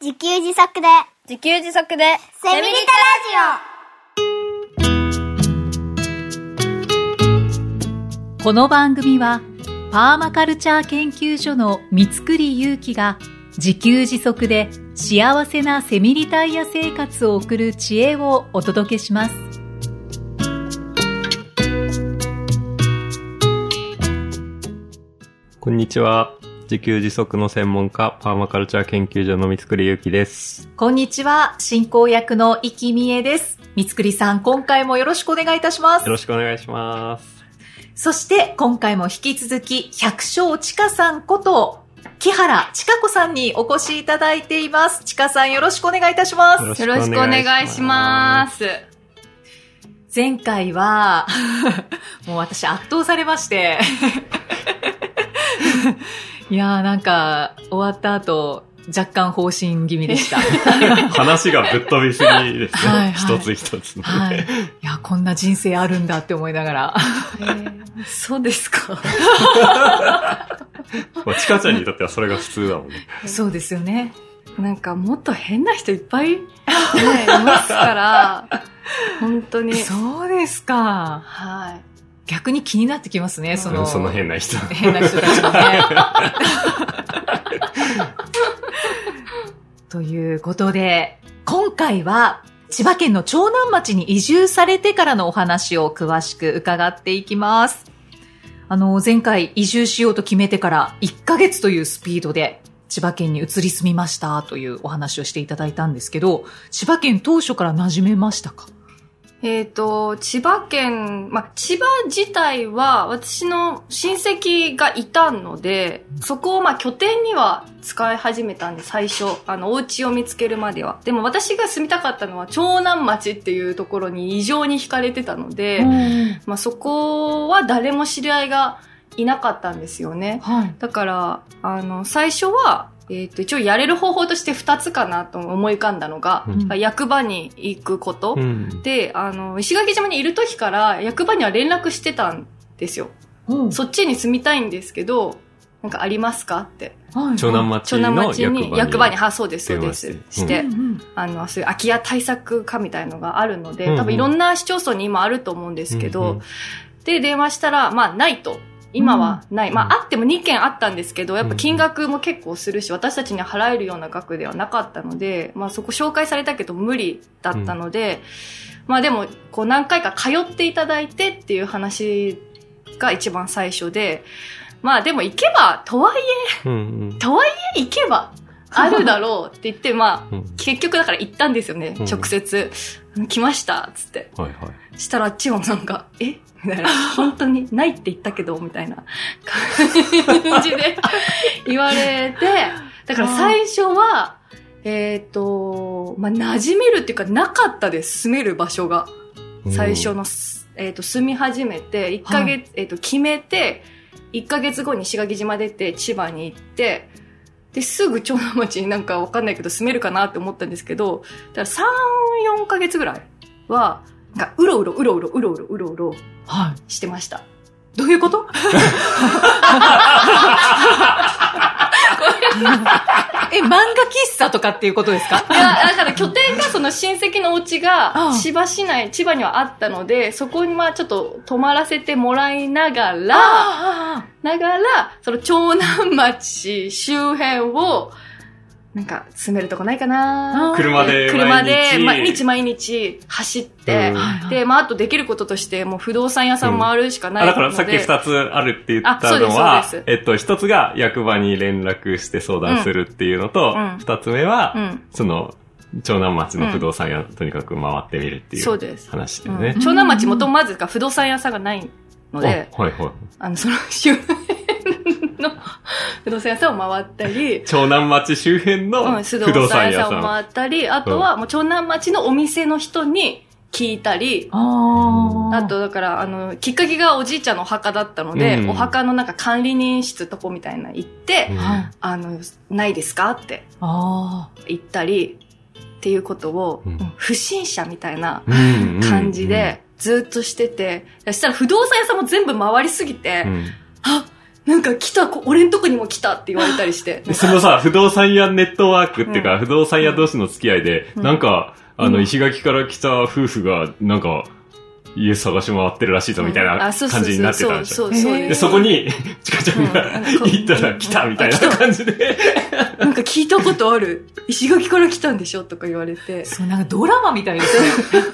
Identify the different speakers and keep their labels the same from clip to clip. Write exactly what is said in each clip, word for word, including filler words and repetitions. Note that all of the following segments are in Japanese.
Speaker 1: 自給自足で
Speaker 2: 自給自足で
Speaker 1: セミリタラジオ。
Speaker 3: この番組はパーマカルチャー研究所の三栗祐希が自給自足で幸せなセミリタイヤ生活を送る知恵をお届けします。
Speaker 4: こんにちは。自給自足の専門家、パーマカルチャー研究所の三栗祐希です。
Speaker 3: こんにちは。進行役の生きみえです。三栗さん、今回もよろしくお願いいたします。
Speaker 4: よろしくお願いします。
Speaker 3: そして今回も引き続き百姓ちかさんこと木原千佳子さんにお越しいただいています。ちかさん、よろしくお願いいたします。
Speaker 2: よろしくお願いします。
Speaker 3: 前回はもう私圧倒されましていやー、なんか終わった後若干放心気味でした
Speaker 4: 話がぶっ飛びすぎですね。
Speaker 3: はいはい、
Speaker 4: 一つ一つ、ね、
Speaker 3: はい。いや、こんな人生あるんだって思いながら、
Speaker 2: えー、そうですか
Speaker 4: まあ、ちかちゃんにとってはそれが普通だもんね。
Speaker 3: そうですよね。
Speaker 2: なんかもっと変な人いっぱい、ね、いますから本当に。
Speaker 3: そうですか。
Speaker 2: はい。
Speaker 3: 逆に気になってきますね、その、
Speaker 4: その変な人。
Speaker 3: 変な人たちもね。ということで、今回は千葉県の長南町に移住されてからのお話を詳しく伺っていきます。あの、前回移住しようと決めてからいっかげつというスピードで千葉県に移り住みましたというお話をしていただいたんですけど、千葉県当初から馴染めましたか？
Speaker 2: えっと、千葉県、まあ、千葉自体は私の親戚がいたので、そこをまあ拠点には使い始めたんで、最初、あの、お家を見つけるまでは。でも私が住みたかったのは長南町っていうところに異常に惹かれてたので、まあ、そこは誰も知り合いがいなかったんですよね。
Speaker 3: はい、
Speaker 2: だから、あの、最初は、えっと、一応やれる方法として二つかなと思い浮かんだのが、うん、役場に行くこと、うん、で、あの、石垣島にいる時から役場には連絡してたんですよ。うん、そっちに住みたいんですけど、なんかありますかって。
Speaker 4: はい、長南町の役場に。
Speaker 2: 長南町に、役場に、は、そうです、そうです。して、
Speaker 3: うんうん、
Speaker 2: あの、そういう空き家対策課みたいのがあるので、うんうん、多分いろんな市町村に今あると思うんですけど、うんうん、で、電話したら、まあ、ないと。今はない。うん、まあ、あってもにけんあったんですけど、やっぱ金額も結構するし、私たちに払えるような額ではなかったので、まあそこ紹介されたけど無理だったので、うん、まあでも、こう何回か通っていただいてっていう話が一番最初で、まあでも行けば、とはいえ、うんうん、とはいえ行けば、あるだろうって言って、まあ、うん、結局だから行ったんですよね、うん、直接。来ました、つって。はいはい。したらあっちもなんか、えみたいな。本当にないって言ったけど、みたいな感じで言われて、だから最初は、えっと、まあ、馴染めるっていうかなかったです、住める場所が。最初の、えっと、住み始めて、いっかげつ、はい、えっと、決めて、いっかげつごに石垣島出て、千葉に行って、で、すぐ長南町になんかわかんないけど住めるかなって思ったんですけど、だからさん、よんかげつぐらいは、なんかうろうろうろうろうろうろうろうろしてました。はい、
Speaker 3: どういうことえ、漫画喫茶とかっていうことですか？
Speaker 2: いや、だから拠点がその親戚のお家が千葉市内、千葉にはあったので、そこにまあちょっと泊まらせてもらいながら、ながら、その長南町周辺を、なんか住めるとこないかな、
Speaker 4: 車で
Speaker 2: 車で毎日毎日走って、うん、で、まああとできることとしてもう不動産屋さん回るしかないので、うん、
Speaker 4: だからさっき二つあるって言ったのは、えっと一つが役場に連絡して相談するっていうのと、二、うん、つ目は、うん、その長南町の不動産屋、うん、とにかく回ってみるっていう話でね。
Speaker 2: うん、長南町もともまずか不動産屋さんがないので、
Speaker 4: はいはい、
Speaker 2: あのその周辺の不動産屋さんを回ったり、
Speaker 4: 長南町周辺の不動産屋さんを
Speaker 2: 回ったり、あとはもう長南町のお店の人に聞いたり、
Speaker 3: あ,
Speaker 2: あとだからあのきっかけがおじいちゃんのお墓だったので、うん、お墓のなんか管理人室とこみたいな行って、うん、あのないですかって言ったりっていうことを、うん、不審者みたいな感じでずっとしてて、そしたら不動産屋さんも全部回りすぎて、うん、あなんか来た、俺んとこにも来たって言われたりして。
Speaker 4: そのさ、不動産屋ネットワークっていうか、うん、不動産屋同士の付き合いで、うん、なんか、あの、石垣から来た夫婦が、なんか、家探し回ってるらしいぞみたいな感じになってたんですよ。で、そこに、ちかちゃんが行ったら来たみたいな感じで。
Speaker 2: なんか聞いたことある。石垣から来たんでしょとか言われて。
Speaker 3: そう、なんかドラマみたいですね。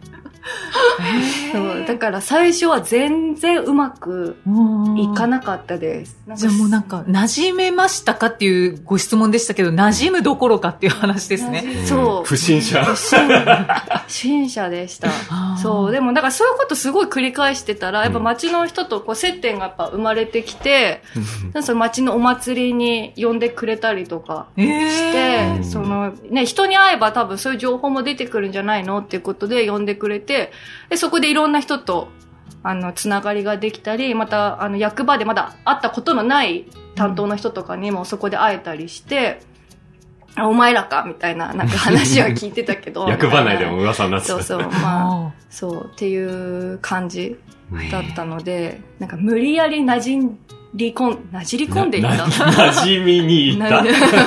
Speaker 2: そうだから最初は全然うまくいかなかったです。
Speaker 3: じゃあもうなんか馴染めましたかっていうご質問でしたけど、馴染むどころかっていう話ですね。
Speaker 2: そう。
Speaker 4: 不審者。
Speaker 2: 不審者でした。そう。でもだからそういうことすごい繰り返してたら、やっぱ街の人とこう接点がやっぱ生まれてきて、うん、その街のお祭りに呼んでくれたりとかして、えー、そのね、人に会えば多分そういう情報も出てくるんじゃないのっていうことで呼んでくれて、で、そこでいろんな人と、あの、つながりができたり、また、あの、役場でまだ会ったことのない担当の人とかにもそこで会えたりして、うん、お前らかみたいな、なんか話は聞いてたけど。
Speaker 4: 役場内でも噂になってた。
Speaker 2: そうそう、まあ、そう、っていう感じだったので、なんか無理やり馴染り込ん、なじり込んでいった。
Speaker 4: 馴染みにいった。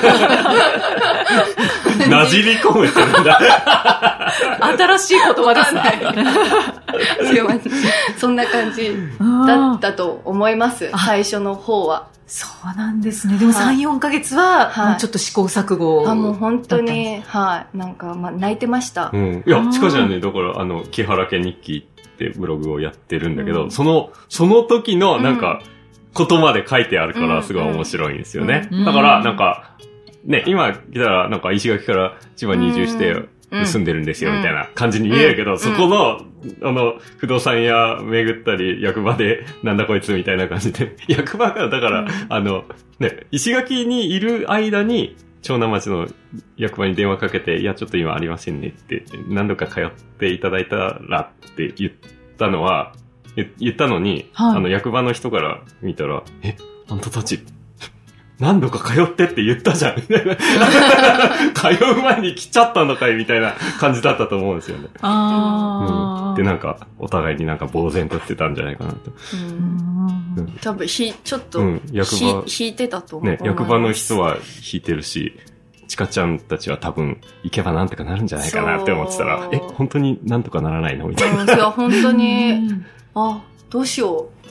Speaker 4: なじり込むってなんだ。
Speaker 3: 新しい言葉ですね。
Speaker 2: すいません。そんな感じだったと思います。最初の方は。
Speaker 3: そうなんですね。でもさん、よんかげつは、はい、ちょっと試行錯誤。
Speaker 2: あ、もう本当に、はい。なんか、まあ、泣いてました。
Speaker 4: うん。いや、ちかちゃんね、だから、あの、木原家日記ってブログをやってるんだけど、うん、その、その時の、なんか、ことまで書いてあるから、すごい面白いんですよね。うんうん、だから、なんか、ね、今来たら、なんか石垣から千葉に移住して、住んでるんですよ、みたいな感じに見えるけど、うん、そこの、あの、不動産屋巡ったり、役場で、なんだこいつみたいな感じで、役場が、だから、うん、あの、ね、石垣にいる間に、長南町の役場に電話かけて、いや、ちょっと今ありませんねって、何度か通っていただいたらって言ったのは、言ったのに、はい、あの、役場の人から見たら、え、あんたたち、何度か通ってって言ったじゃんみたいな。通う前に来ちゃったのかいみたいな感じだったと思うんですよね。あうん、で、なんか、お互いになんか呆然としてたんじゃないかなと。
Speaker 2: うんうん、多分、ひ、ちょっと、うん、
Speaker 4: 役場、
Speaker 2: 引いてたと思う。
Speaker 4: ね、役場の人は引いてるし、ちかちゃんたちは多分、行けばなんとかなるんじゃないかなって思ってたら、え、本当になんとかならないのみたいな。
Speaker 2: いや、本当に、あ、どうしよう。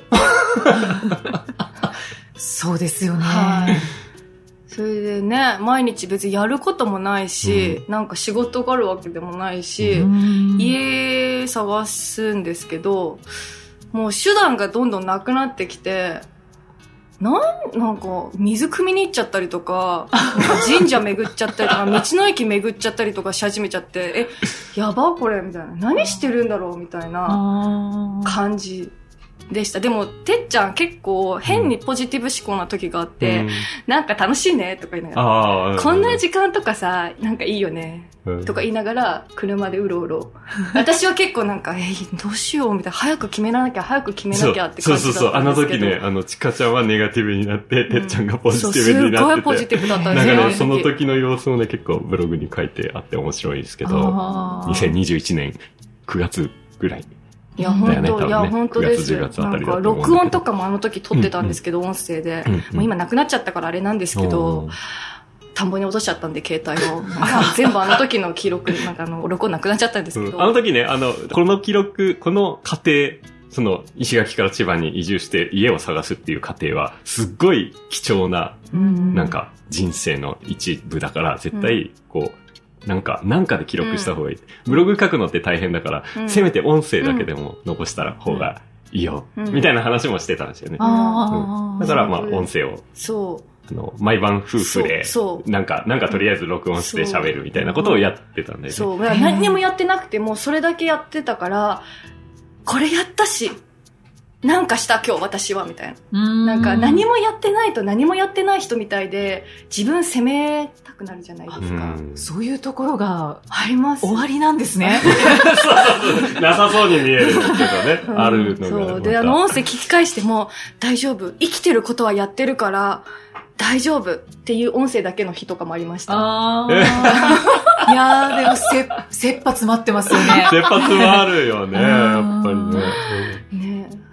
Speaker 3: そうですよね。
Speaker 2: はい。それでね、毎日別にやることもないし、うん、なんか仕事があるわけでもないし、家探すんですけど、もう手段がどんどんなくなってきて、なん、なんか、水汲みに行っちゃったりとか、神社巡っちゃったりとか、道の駅巡っちゃったりとかし始めちゃって、え、やばこれみたいな。何してるんだろうみたいな感じでした。でも、てっちゃん結構変にポジティブ思考な時があって、うん、なんか楽しいねとか言いながら、こんな時間とかさ、なんかいいよね、うん、とか言いながら、車でうろうろ。私は結構なんか、えー、どうしようみたいな、早く決めなきゃ、早く決めなきゃって感じだったんですけど。そうそうそう、
Speaker 4: あの時ね、あの、ちかちゃんはネガティブになって、てっちゃんがポジティブになってて、す
Speaker 2: ごいポジティブだったんですよ。
Speaker 4: だからその時の様子をね、結構ブログに書いてあって面白いですけど、にせんにじゅういちねんくがつぐらい。
Speaker 2: いや、本当、ね、いや、本当です。くがつ、じゅうがつあたりだと思うんだけど。なんか、録音とかもあの時撮ってたんですけど、うんうん、音声で。うんうん、もう今なくなっちゃったからあれなんですけど、田んぼに落としちゃったんで、携帯を。全部あの時の記録、なんかあの、録音なくなっちゃったんですけど。うん、
Speaker 4: あの時ね、あの、この記録、この過程、その、石垣から千葉に移住して家を探すっていう過程は、すっごい貴重な、なんか、人生の一部だから、絶対、こう、うんなんか、なんかで記録した方がいい。うん、ブログ書くのって大変だから、うん、せめて音声だけでも残したら方がいいよ。うん、みたいな話もしてたんですよね。うん、だから、まあ、音声を。
Speaker 2: そう。
Speaker 4: あの、毎晩夫婦で、なんか、なんかとりあえず録音して喋るみたいなことをやってたんで、ね。
Speaker 2: そう。何にもやってなくても、それだけやってたから、これやったし、なんかした今日私はみたいな。んなんか何もやってないと何もやってない人みたいで自分責めたくなるじゃないですか。
Speaker 3: そういうところが
Speaker 2: あります。
Speaker 3: 終わりなんですね。
Speaker 4: そうそうなさそうに見えるけどね。うん、あるのが。
Speaker 2: そう。で、あの音声聞き返しても大丈夫。生きてることはやってるから大丈夫っていう音声だけの日とかもありました。
Speaker 3: あいやーでもせ、切羽詰まってますよね。
Speaker 4: 切羽詰まるよね、やっぱりね。
Speaker 2: ね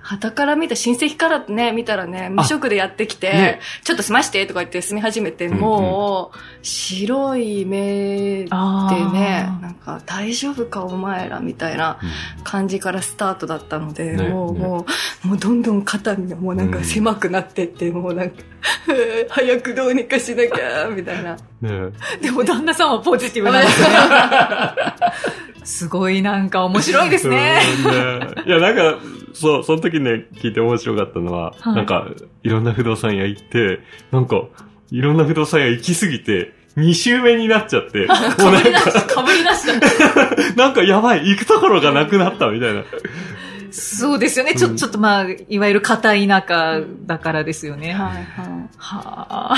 Speaker 2: 旗から見た、親戚からね、見たらね、無職でやってきて、ね、ちょっと済ましてとか言って住み始めて、うんうん、もう、白い目でね、なんか、大丈夫かお前らみたいな感じからスタートだったので、ね、もう、ね、もう、もうどんどん肩身がもうなんか狭くなってって、うん、もうなんか、早くどうにかしなきゃ、みたいな。
Speaker 3: ね、でも旦那さんはポジティブなんですね。すごいなんか面白いですね。
Speaker 4: ねいや、なんか、そう、その時ね、聞いて面白かったのは、はい、なんか、いろんな不動産屋行って、なんか、いろんな不動産屋行きすぎて、二周目になっちゃって、もうなんか、
Speaker 3: かぶり出した、かぶり出した。
Speaker 4: なんかやばい、行くところがなくなったみたいな。
Speaker 3: そうですよね。ちょ、ちょっとまあ、いわゆる片田舎だからですよね。
Speaker 2: はいはい。
Speaker 3: は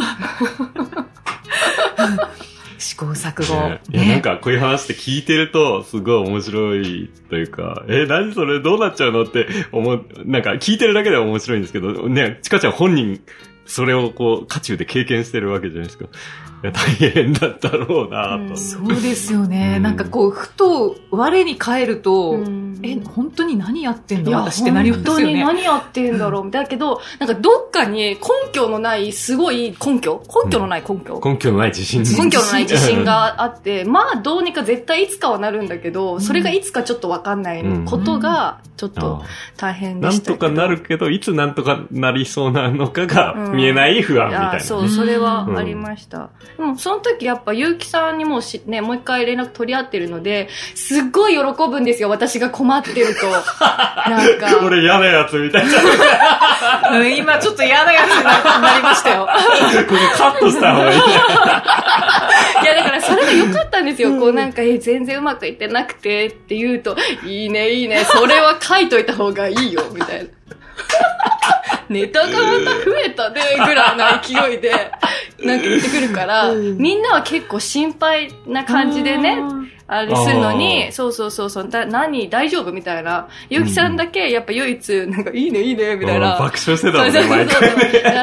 Speaker 3: ぁ。試行錯誤、
Speaker 4: ね。いや、なんかこういう話って聞いてると、すごい面白いというか、え、何それどうなっちゃうのって思う、なんか聞いてるだけでは面白いんですけど、ね、ちかちゃん本人、それをこう、渦中で経験してるわけじゃないですか。いや、大変だったろうなと、うん。
Speaker 3: そうですよね。うん、なんかこう、ふと我に返ると、うん、え、本当に何やってんの私ってなりますよね。
Speaker 2: 本当に何やってんだろう。だけど、なんかどっかに根拠のない、すごい根拠根拠のない根拠、
Speaker 4: うん、根拠のない自信。
Speaker 2: 根拠のない自信があって、まあどうにか絶対いつかはなるんだけど、それがいつかちょっとわかんないことが、ちょっと大変でしたけど、
Speaker 4: うん、なんとかなるけど、いつなんとかなりそうなのかが見えない不安みたいな。
Speaker 2: うん、そう、それはありました。うん、でもその時やっぱ結城さんにもし、ね、もう一回連絡取り合ってるので、すっごい喜ぶんですよ、私が困ってると。なんか。
Speaker 4: 俺嫌なやつみたい
Speaker 3: な。うん、今ちょっと嫌なやつになりましたよ。
Speaker 4: これカットした方がいい。い
Speaker 2: や、だからそれが良かったんですよ。こうなんか、え、全然うまくいってなくてって言うと、いいね、いいね、それは書いといた方がいいよ、みたいな。ネタがまた増えたね、ぐらいの勢いで、なんか言ってくるから、うん、みんなは結構心配な感じでね、あれするのに、そうそうそうそう、だ何大丈夫みたいな。ゆうきさんだけ、やっぱ唯一、なんかいいねいいね、みたいな。
Speaker 4: 爆笑してたもんね、毎回ね。
Speaker 2: だから、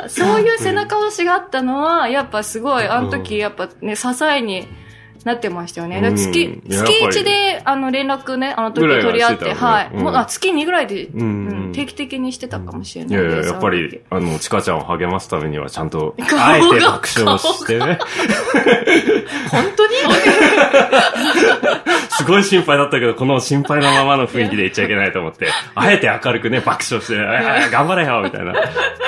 Speaker 2: そういう背中押しがあったのは、やっぱすごい、あの時、やっぱね、支えに、なってましたよね。だ月、月いちで、あの、連絡ね、あの時取り合って、はい。もう、あ、月にぐらいで、うん、定期的にしてたかもしれない。
Speaker 4: いやいや、やっぱり、あの、ちかちゃんを励ますためには、ちゃんと、あえて爆笑してね。
Speaker 3: 本当に
Speaker 4: すごい心配だったけど、この心配なままの雰囲気で言っちゃいけないと思って、あえて明るくね、爆笑して、頑張れよみたいな。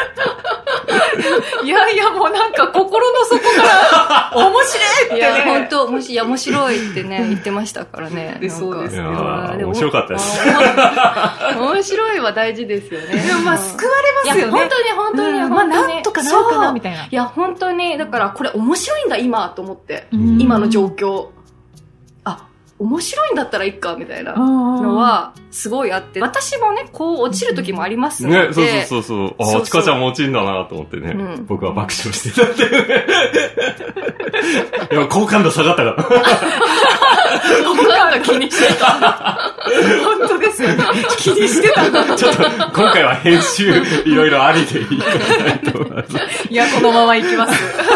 Speaker 3: いやいや、もうなんか心の底から、面白いってね。いや、
Speaker 2: 本当もし、いや、面白いってね、言ってましたからね。
Speaker 3: でそうですよ。
Speaker 4: 面白かったです。
Speaker 2: 面白いは大事ですよね。
Speaker 3: でもまあ、救われますよね。
Speaker 2: 本当に本当に、
Speaker 3: まあ、なんとかなるかな、みたいな。
Speaker 2: いや、本当に、だからこれ面白いんだ、今、と思って。今の状況。あ、面白いんだったらいいか、みたいなのは、すごいあって。私もね、こう落ちる時もありますので。
Speaker 4: ね、そうそうそうそう。あ、ちかちゃんも落ちるんだなと思ってね。うん、僕は爆笑してたっていうね。でも好感度下がったから。
Speaker 3: 好感度気にしてた。本当ですよね。気にしてた。
Speaker 4: ちょっと、今回は編集いろいろありでいいかなと思います。
Speaker 3: いや、このまま行きます。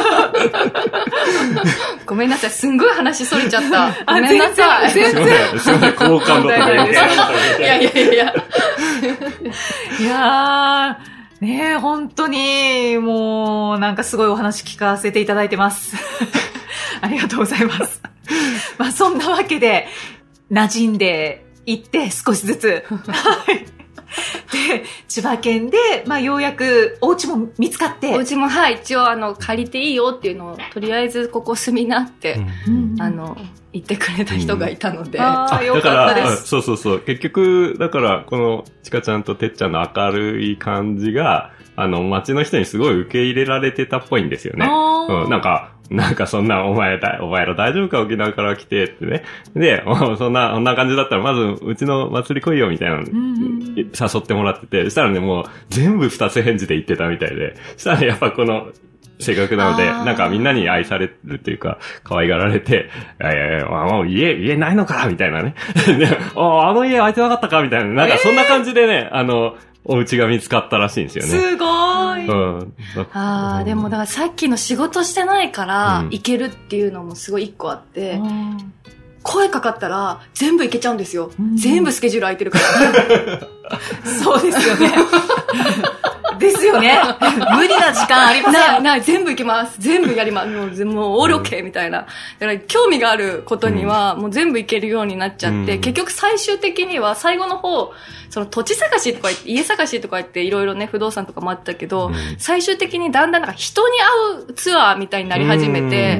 Speaker 2: ごめんなさい、すんごい話それちゃった。ごめんなさい。
Speaker 3: 全然。
Speaker 4: すいません、好感度とか余計
Speaker 2: いやいやいやいや。
Speaker 3: いやー、ねえ、本当に、もう、なんかすごいお話聞かせていただいてます。ありがとうございます。まあ、そんなわけで、馴染んでいって少しずつ。はい。で、千葉県で、まあ、ようやく、お家も見つかって。
Speaker 2: お家も、はい、一応、あの、借りていいよっていうのを、とりあえず、ここ住みなって、うん、あの、言ってくれた人がいたので。うん、
Speaker 3: ああ、よかったです。
Speaker 4: そうそうそう。結局、だから、この、ちかちゃんとてっちゃんの明るい感じが、あの、街の人にすごい受け入れられてたっぽいんですよね。うん、なんか、なんかそんな、お前だ、お前ら大丈夫か沖縄から来てってね。で、そんな、こんな感じだったら、まず、うちの祭り来いよみたいなの、誘ってもらってて、したらね、もう、全部二つ返事で言ってたみたいで、したらやっぱこの、性格なので、なんかみんなに愛されるっていうか、可愛がられて、いやいやいや、もう家、家ないのかみたいなね。で、あの家空いてなかったかみたいな。なんかそんな感じでね、あの、お家が見つかったらしいんですよね。
Speaker 3: すごい。
Speaker 4: うん。
Speaker 2: ああ、でもだからさっきの仕事してないから、行けるっていうのもすごい一個あって、うん、 声かかったら全部いけちゃうんですよ。うん、全部スケジュール空いてるから。
Speaker 3: そうですよね。ですよね。無理な時間ありません。
Speaker 2: ない、ない、全部いけます。全部やります。もう、もうオールオッケーみたいな。だから興味があることには、もう全部いけるようになっちゃって、うん、結局最終的には最後の方、その土地探しとか言って、家探しとか言っていろいろね、不動産とかもあったけど、うん、最終的にだんだんなんか人に会うツアーみたいになり始めて、うん、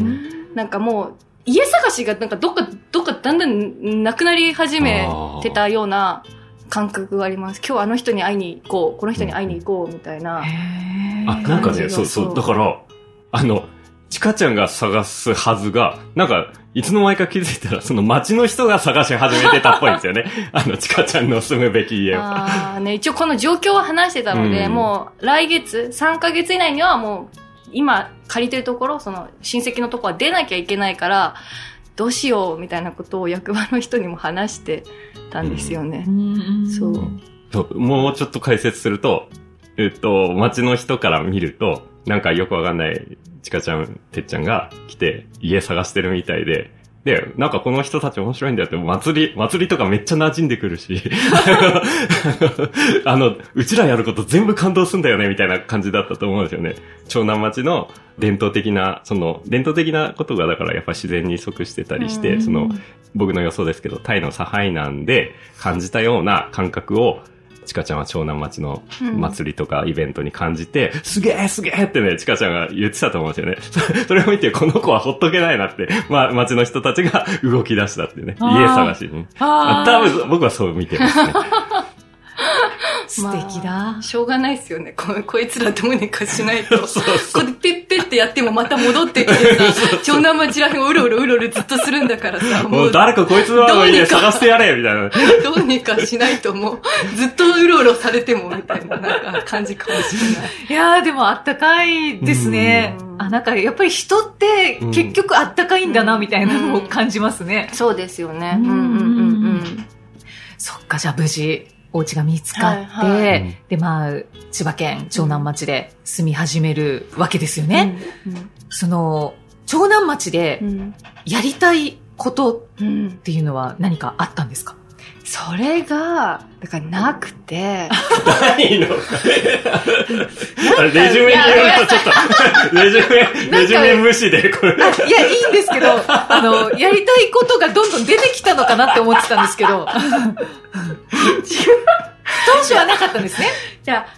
Speaker 2: なんかもう、家探しがなんかどっか、どっかだんだんなくなり始めてたような感覚があります。今日あの人に会いに行こう、この人に会いに行こうみたいな。
Speaker 4: あ、なんかね、そうそう。だから、あの、ちかちゃんが探すはずが、なんか、いつの間にか気づいたら、その街の人が探し始めてたっぽいんですよね。あの、ちかちゃんの住むべき家を。
Speaker 2: ああ、ね、一応この状況を話してたので、うん、もう来月、さんかげつ以内にはもう、今借りてるところ、その親戚のところは出なきゃいけないから、どうしようみたいなことを役場の人にも話してたんですよね。うん、そう。
Speaker 4: もうちょっと解説すると、えっと、街の人から見ると、なんかよくわかんないちかちゃん、てっちゃんが来て家探してるみたいで、で、なんかこの人たち面白いんだよって、祭り、祭りとかめっちゃ馴染んでくるし、あの、うちらやること全部感動すんだよね、みたいな感じだったと思うんですよね。長南町の伝統的な、その、伝統的なことがだからやっぱ自然に即してたりして、その、僕の予想ですけど、タイのサハイ南で感じたような感覚を、ちかちゃんは長南町の祭りとかイベントに感じて、うん、すげーすげーってね、ちかちゃんが言ってたと思うんですよね。それを見て、この子はほっとけないなって、まあ、町の人たちが動き出したっていうね。家探しに。あ多分僕はそう見てますね。
Speaker 3: 素敵だ、
Speaker 2: まあ。しょうがないですよね。こ, こいつらどうにかしないと。そうそうこうペッペッってやってもまた戻ってきてさ、長南町らへんをうろうろうろうろずっとするんだからさ。
Speaker 4: もう誰かこいつの家探してやれみたいな。
Speaker 2: どうにかしないともう、ずっとうろうろされてもみたいななんか感じかもしれない。
Speaker 3: いやーでもあったかいですね。あ、なんかやっぱり人って結局あったかいんだなみたいなのを感じますね。
Speaker 2: うん、そうですよね。うんうんうんうん。
Speaker 3: そっか、じゃあ無事。お家が見つかって、はいはい、で、まあ、千葉県長南町で住み始めるわけですよね。うんうん、その、長南町でやりたいことっていうのは何かあったんですか？
Speaker 2: それが、だからなくて。
Speaker 4: ないのレジュメによるとちょっと、レジュメ、レジュメ無視でこれ。
Speaker 3: いや、いいんですけど、あの、やりたいことがどんどん出てきたのかなって思ってたんですけど。当初はなかったんですね。
Speaker 2: じゃ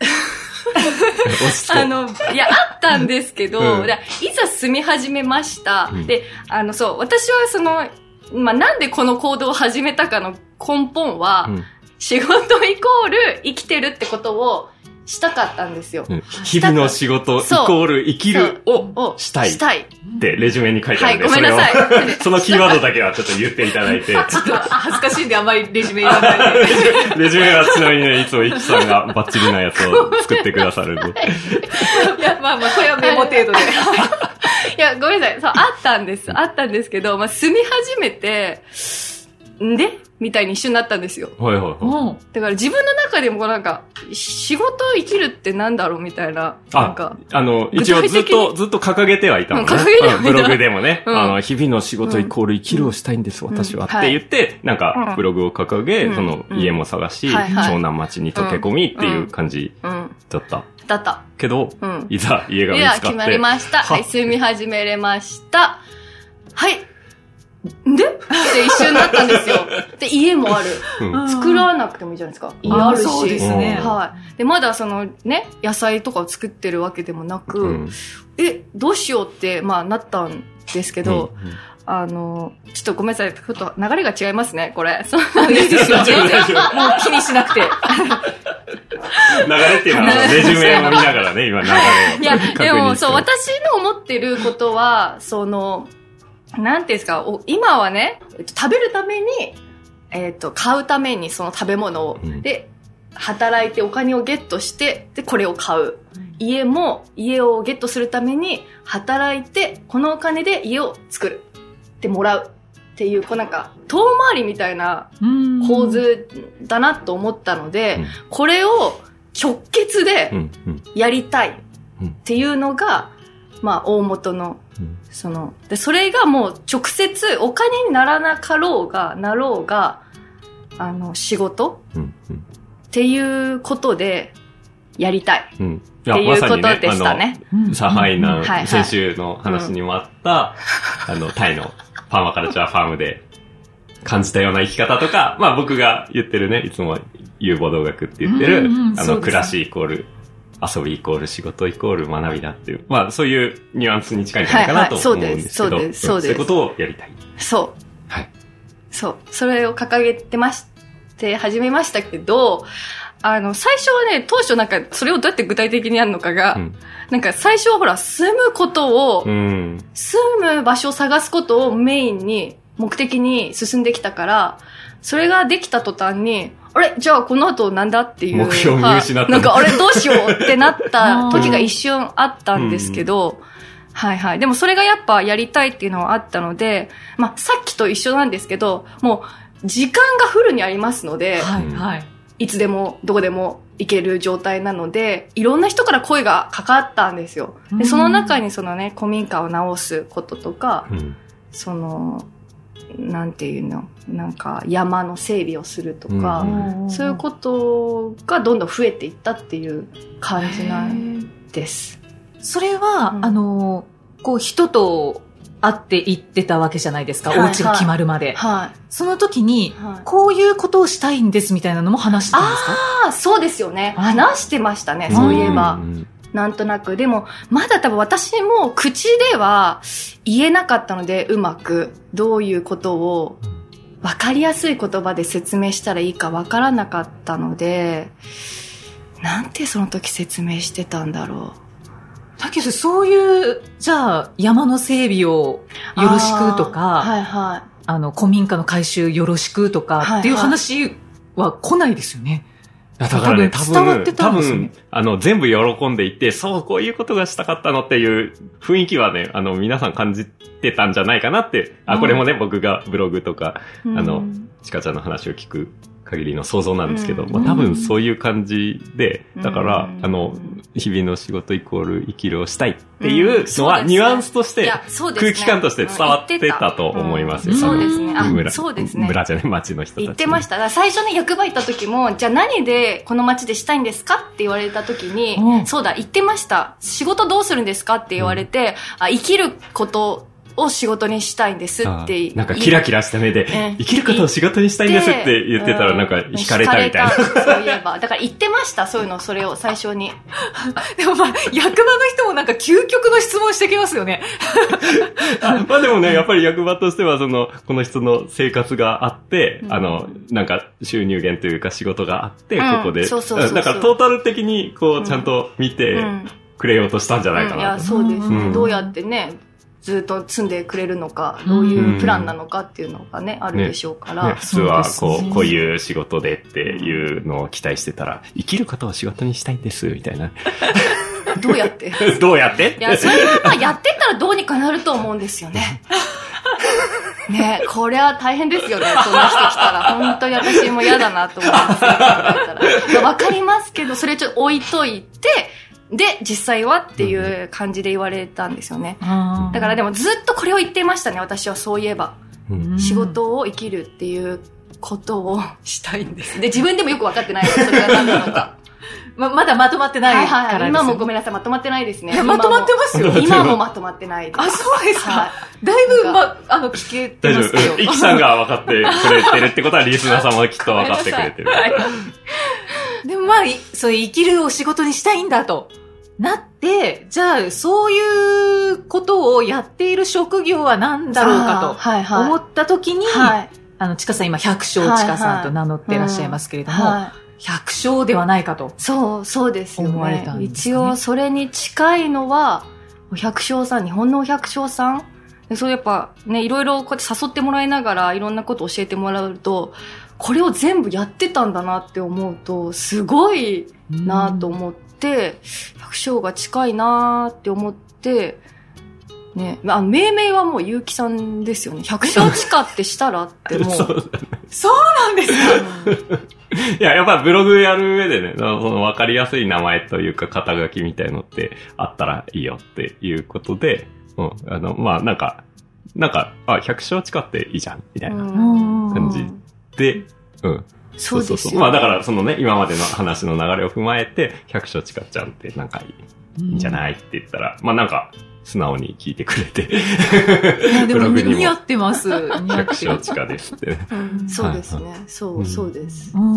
Speaker 2: あ、あの、いや、あったんですけど、うん、いざ住み始めました。うん、で、あの、そう、私はその、まあ、なんでこの行動を始めたかの根本は、うん、仕事イコール生きてるってことをしたかったんですよ。うん、
Speaker 4: 日々の仕事イコール生きるをしたい。
Speaker 2: したい。
Speaker 4: ってレジュメに書いてあるんで、
Speaker 2: はい、ごめんなさい。
Speaker 4: そのキーワードだけはちょっと言っていただいて。ちょ
Speaker 3: っと恥ずかしいんであんまりレジュメ言わないで。
Speaker 4: レジュメはちなみにね、いつもイキさんがバッチリなやつを作ってくださるんで。
Speaker 3: いや、まあまあ、これはメモ程度で。
Speaker 2: いや、ごめんなさい。そう、あったんです。あったんですけど、まあ、住み始めて、んでみたいに一緒になったんですよ。
Speaker 4: はいはいはい。
Speaker 2: だから自分の中でもなんか、仕事を生きるってなんだろうみたいな。なんか。
Speaker 4: あの、一応ずっと、ずっと掲げてはいたのね。
Speaker 2: 掲げてはいた。
Speaker 4: ブログでもね、うん、あの、日々の仕事イコール生きるをしたいんです、うん、私は、うん。って言って、なんか、ブログを掲げ、うん、その、家も探し、うんはいはい、長南町に溶け込みっていう感じだった。
Speaker 2: だった。
Speaker 4: けど、うん、いざ家が見つかって。
Speaker 2: いや、決まりました。はい、住み始めれました。はい。でって一緒になったんですよ。で、家もある。うん、作らなくてもいいじゃないですか。家あるし。
Speaker 3: そうですね。
Speaker 2: はい。で、まだそのね、野菜とかを作ってるわけでもなく、うん、え、どうしようって、まあなったんですけど、うんうん、あの、ちょっとごめんなさい。ちょっと流れが違いますね、これ。そうなんですよ。全然、
Speaker 3: もう気にしなくて。
Speaker 4: 流れっていうのはレジュメを見ながらね、今流れを。
Speaker 2: いや、でもそう、私の思ってることは、その、なんていうんですか、今はね、食べるために、えっと、買うためにその食べ物を、うん、で、働いてお金をゲットして、で、これを買う。うん、家も、家をゲットするために、働いて、このお金で家を作る。ってもらう。っていう、こうなんか、遠回りみたいな構図だなと思ったので、うん、これを直結でやりたいっていうのが、 まあ、大元の、その、で、それがもう直接お金にならなかろうが、なろうが、あの、仕事、うんうん、っていうことで、やりたい。うん、っていうことでしたね。
Speaker 4: ま、サハイナ、先週の話にもあった、うん、あの、タイのパーマカルチャーファームで感じたような生き方とか、まあ僕が言ってるね、いつも有望道学って言ってる、うんうん、あの、暮らしイコール、遊びイコール仕事イコール学びだっていう、まあそういうニュアンスに近いんじゃないかなと思うんですけど、はいはい、そうです、そうです、そういうことをやりたい。
Speaker 2: そう。はい。そう。それを掲げてまして、始めましたけど、あの、最初はね、当初なんか、それをどうやって具体的にやるのかが、うん、なんか最初はほら、住むことを、うん、住む場所を探すことをメインに、目的に進んできたから、それができた途端に、あれじゃあこの後なんだっていう。
Speaker 4: 目標を見失った。
Speaker 2: なんかあれどうしようってなった時が一瞬あったんですけど、うん、はいはい。でもそれがやっぱやりたいっていうのはあったので、まあさっきと一緒なんですけど、もう時間がフルにありますので、はいはい。いつでもどこでも行ける状態なので、いろんな人から声がかかったんですよ。で、その中にそのね、古民家を直すこととか、うん、その、なんていうの、なんか山の整備をするとか、うん、そういうことがどんどん増えていったっていう感じなんです。
Speaker 3: それは、うん、あの、こう人と会って行ってたわけじゃないですか、はいはい、お家が決まるまで。はい。その時に、はい、こういうことをしたいんですみたいなのも話してたんですか？
Speaker 2: ああ、そうですよね。話してましたね、そういえば。うんなんとなく。でも、まだ多分私も口では言えなかったので、うまくどういうことを分かりやすい言葉で説明したらいいか分からなかったので、なんてその時説明してたんだろ
Speaker 3: う。だけど、そういう、じゃあ、山の整備をよろしくとか、はいはい、あの、古民家の改修よろしくとかっていう話は来ないですよね。はいはい
Speaker 4: だからね、多分、伝わってたんですよね、多分、あの、全部喜んでいて、そう、こういうことがしたかったのっていう雰囲気はね、あの、皆さん感じてたんじゃないかなって、あ、これもね、僕がブログとか、うん、あの、ちかちゃんの話を聞く限りの想像なんですけど、うん、まあ、多分そういう感じで、だから、うん、あの、日々の仕事イコール生きるをしたいっていうのは、ニュアンスとして、空気感として伝わってたと思いますよ。
Speaker 2: そうですね。あ、そうですね。
Speaker 4: 村じゃね、町の人たち。
Speaker 2: 言ってました。最初に役場行った時も、じゃあ何でこの町でしたいんですかって言われた時に、うん、そうだ、言ってました。仕事どうするんですかって言われて、うん、あ、生きることを仕事にしたいんですって。
Speaker 4: なんかキラキラした目で、えー、生きることを仕事にしたいんですって言ってたらなんか惹かれたみたいな。
Speaker 2: そういえば。だから言ってました、そういうの、それを最初に。
Speaker 3: でもまあ、役場の人もなんか究極の質問してきますよね。
Speaker 4: あまあでもね、やっぱり役場としてはその、この人の生活があって、うん、あの、なんか収入源というか仕事があって、うん、ここで。そうそうそうそう。だからトータル的にこう、ちゃんと見てくれようとしたんじゃないかなと。うん、いや、
Speaker 2: そうですね、うん。どうやってね、ずっと住んでくれるのか、どういうプランなのかっていうのがね、うん、あるでしょうから。ねね、
Speaker 4: 普通はこう、ね、こういう仕事でっていうのを期待してたら、生きることを仕事にしたいんです、みたいな。
Speaker 2: どうやって
Speaker 4: どうやって
Speaker 2: いや、それはまあやってったらどうにかなると思うんですよね。ねえ、これは大変ですよね、そんなしてきたら。本当に私も嫌だなと思いますよ。わかりますけど、それちょっと置いといて、で、実際はっていう感じで言われたんですよね。うん、だからでもずっとこれを言っていましたね、私はそういえば。うん、仕事を生きるっていうことをしたいんです。で、自分でもよく分かってないです、それが何なのか。
Speaker 3: ま、まだまとまってないからです、ね。はいはい。
Speaker 2: 今もごめんなさい、まとまってないですね。
Speaker 3: まとまってますよ。
Speaker 2: 今もまとまってないです。
Speaker 3: あ、そうですか。はい、だいぶ、ま、あの、聞けてますけど。大丈夫。
Speaker 4: イキさんが分かってくれてるってことは、リスナーさんもきっと分かってくれてる。はい、
Speaker 3: でもまあ、そういう生きるを仕事にしたいんだと。なって、じゃあ、そういうことをやっている職業は何だろうかと思ったときに、はいはい、あの、ちかさん今、百姓ちかさんと名乗ってらっしゃいますけれども、はいはいうん、百姓ではないかと。
Speaker 2: そう、そうですよね。思われたんですね。一応、それに近いのは、お百姓さん、日本のお百姓さんでそうやっぱね、いろいろこうやって誘ってもらいながら、いろんなことを教えてもらうと、これを全部やってたんだなって思うと、すごいなと思って、で百姓が近いなーって思って、ね、あの命名はもう結城さんですよね。百姓地下ってしたらってもう
Speaker 3: そうなんですか
Speaker 4: いや、やっぱブログやる上でね、その分かりやすい名前というか肩書きみたいのってあったらいいよっていうことで、うん、あの、まあ、なんか、なんか、あ、百姓地下っていいじゃん、みたいな感じで、うん。
Speaker 2: そうですよね。そうそうそう。
Speaker 4: まあだからそのね、今までの話の流れを踏まえて、百姓ちかちゃんってなんかいいんじゃないって言ったら、まあなんか、素直に聞いてくれて。
Speaker 3: いや、でも似合ってます。
Speaker 4: 百姓地下ですって、
Speaker 2: うん。そうですね。そう、そうです。
Speaker 3: うん、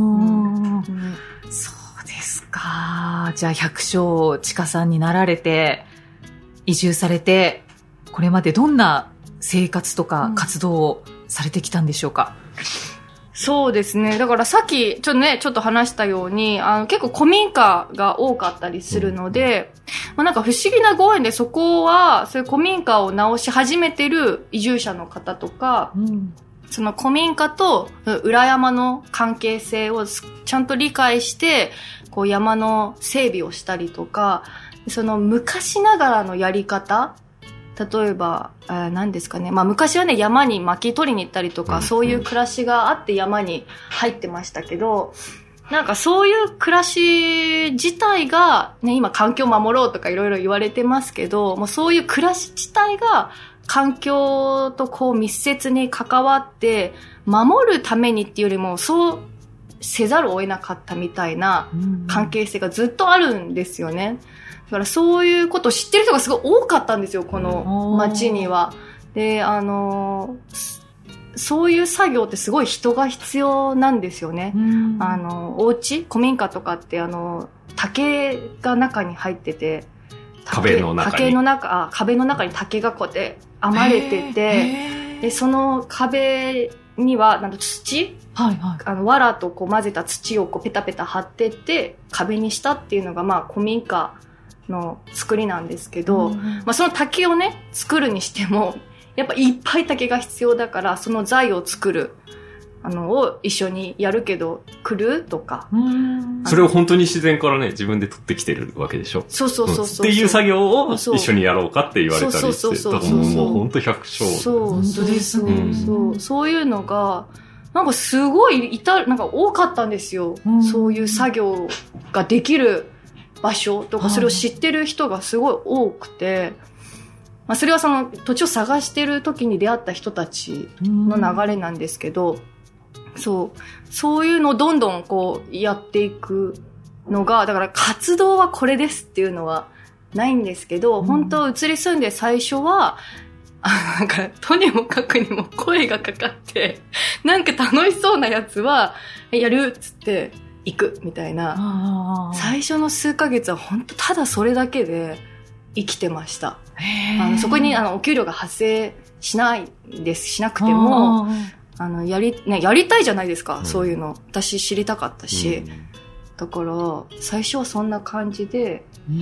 Speaker 3: うん、そうですか。じゃあ百姓地下さんになられて、移住されて、これまでどんな生活とか活動をされてきたんでしょうか？うん、
Speaker 2: そうですね。だからさっき、ちょっとね、ちょっと話したように、あの、結構古民家が多かったりするので、うん、まあなんか不思議なご縁でそこは、そういう古民家を直し始めてる移住者の方とか、うん、その古民家と裏山の関係性をちゃんと理解して、こう山の整備をしたりとか、その昔ながらのやり方、例えば、何ですかね。まあ昔はね、山に薪取りに行ったりとか、うん、そういう暮らしがあって山に入ってましたけど、なんかそういう暮らし自体が、ね、今環境を守ろうとかいろいろ言われてますけど、もうそういう暮らし自体が環境とこう密接に関わって、守るためにっていうよりも、そうせざるを得なかったみたいな関係性がずっとあるんですよね。だからそういうことを知ってる人がすごい多かったんですよ、この街には。で、あの、そういう作業ってすごい人が必要なんですよね。あの、お家、古民家とかってあの、竹が中に入ってて、
Speaker 4: 壁の中に。
Speaker 2: 竹の中、あ、壁の中に竹がこうやって編まれてて、で、その壁には、なんと土、はいはい、あの、藁とこう混ぜた土をこうペタペタ貼ってって、壁にしたっていうのが、まあ、古民家の作りなんですけど、うん、まあその竹をね、作るにしても、やっぱいっぱい竹が必要だから、その材を作る、あの、を一緒にやるけど、来るとか。
Speaker 4: それを本当に自然からね、自分で取ってきてるわけでしょ？
Speaker 2: そうそうそうそう。
Speaker 4: っていう作業を一緒にやろうかって言われたりして。そうそうそうそう。もう本当百姓。
Speaker 2: そう、本当ですね、うん。そう、そういうのが、なんかすごいいた、なんか多かったんですよ。うん、そういう作業ができる場所とか、それを知ってる人がすごい多くて、まあ、それはその土地を探してる時に出会った人たちの流れなんですけど、そう、そういうのをどんどんこうやっていくのが、だから活動はこれですっていうのはないんですけど、本当移り住んで最初は、あ、なんか、とにもかくにも声がかかって、なんか楽しそうなやつは、やるっつって、行くみたいな。最初の数ヶ月は本当ただそれだけで生きてました。あのそこにあのお給料が発生しないです、しなくても、あのやり、ね、やりたいじゃないですか、うん、そういうの。私知りたかったし。うん、だから、最初はそんな感じで、
Speaker 3: うん。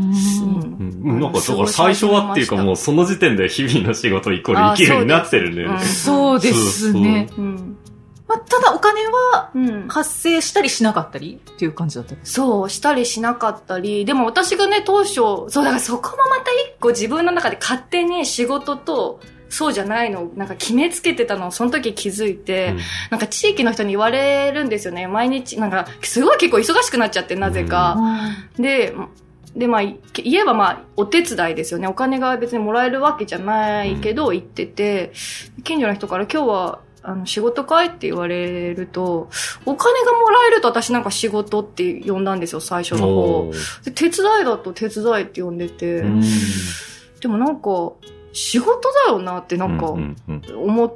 Speaker 4: うん、なんか、だから最初はっていうかもうその時点で日々の仕事イコール生きるようになってるんだよね。
Speaker 3: そうですね。そうそう、うんまあ、ただお金は発生したりしなかったりっていう感じだったんですか？
Speaker 2: そう、したりしなかったり。でも私がね、当初、そう、だからそこもまた一個自分の中で勝手に仕事と、そうじゃないのをなんか決めつけてたのをその時気づいて、うん、なんか地域の人に言われるんですよね。毎日、なんかすごい結構忙しくなっちゃって、なぜか。うん、で、で、まあ、言えばまあ、お手伝いですよね。お金が別にもらえるわけじゃないけど、行ってて、近所の人から今日は、あの、仕事かいって言われると、お金がもらえると私なんか仕事って呼んだんですよ、最初の方。で手伝いだと手伝いって呼んでて、でもなんか、仕事だよなってなんか思って、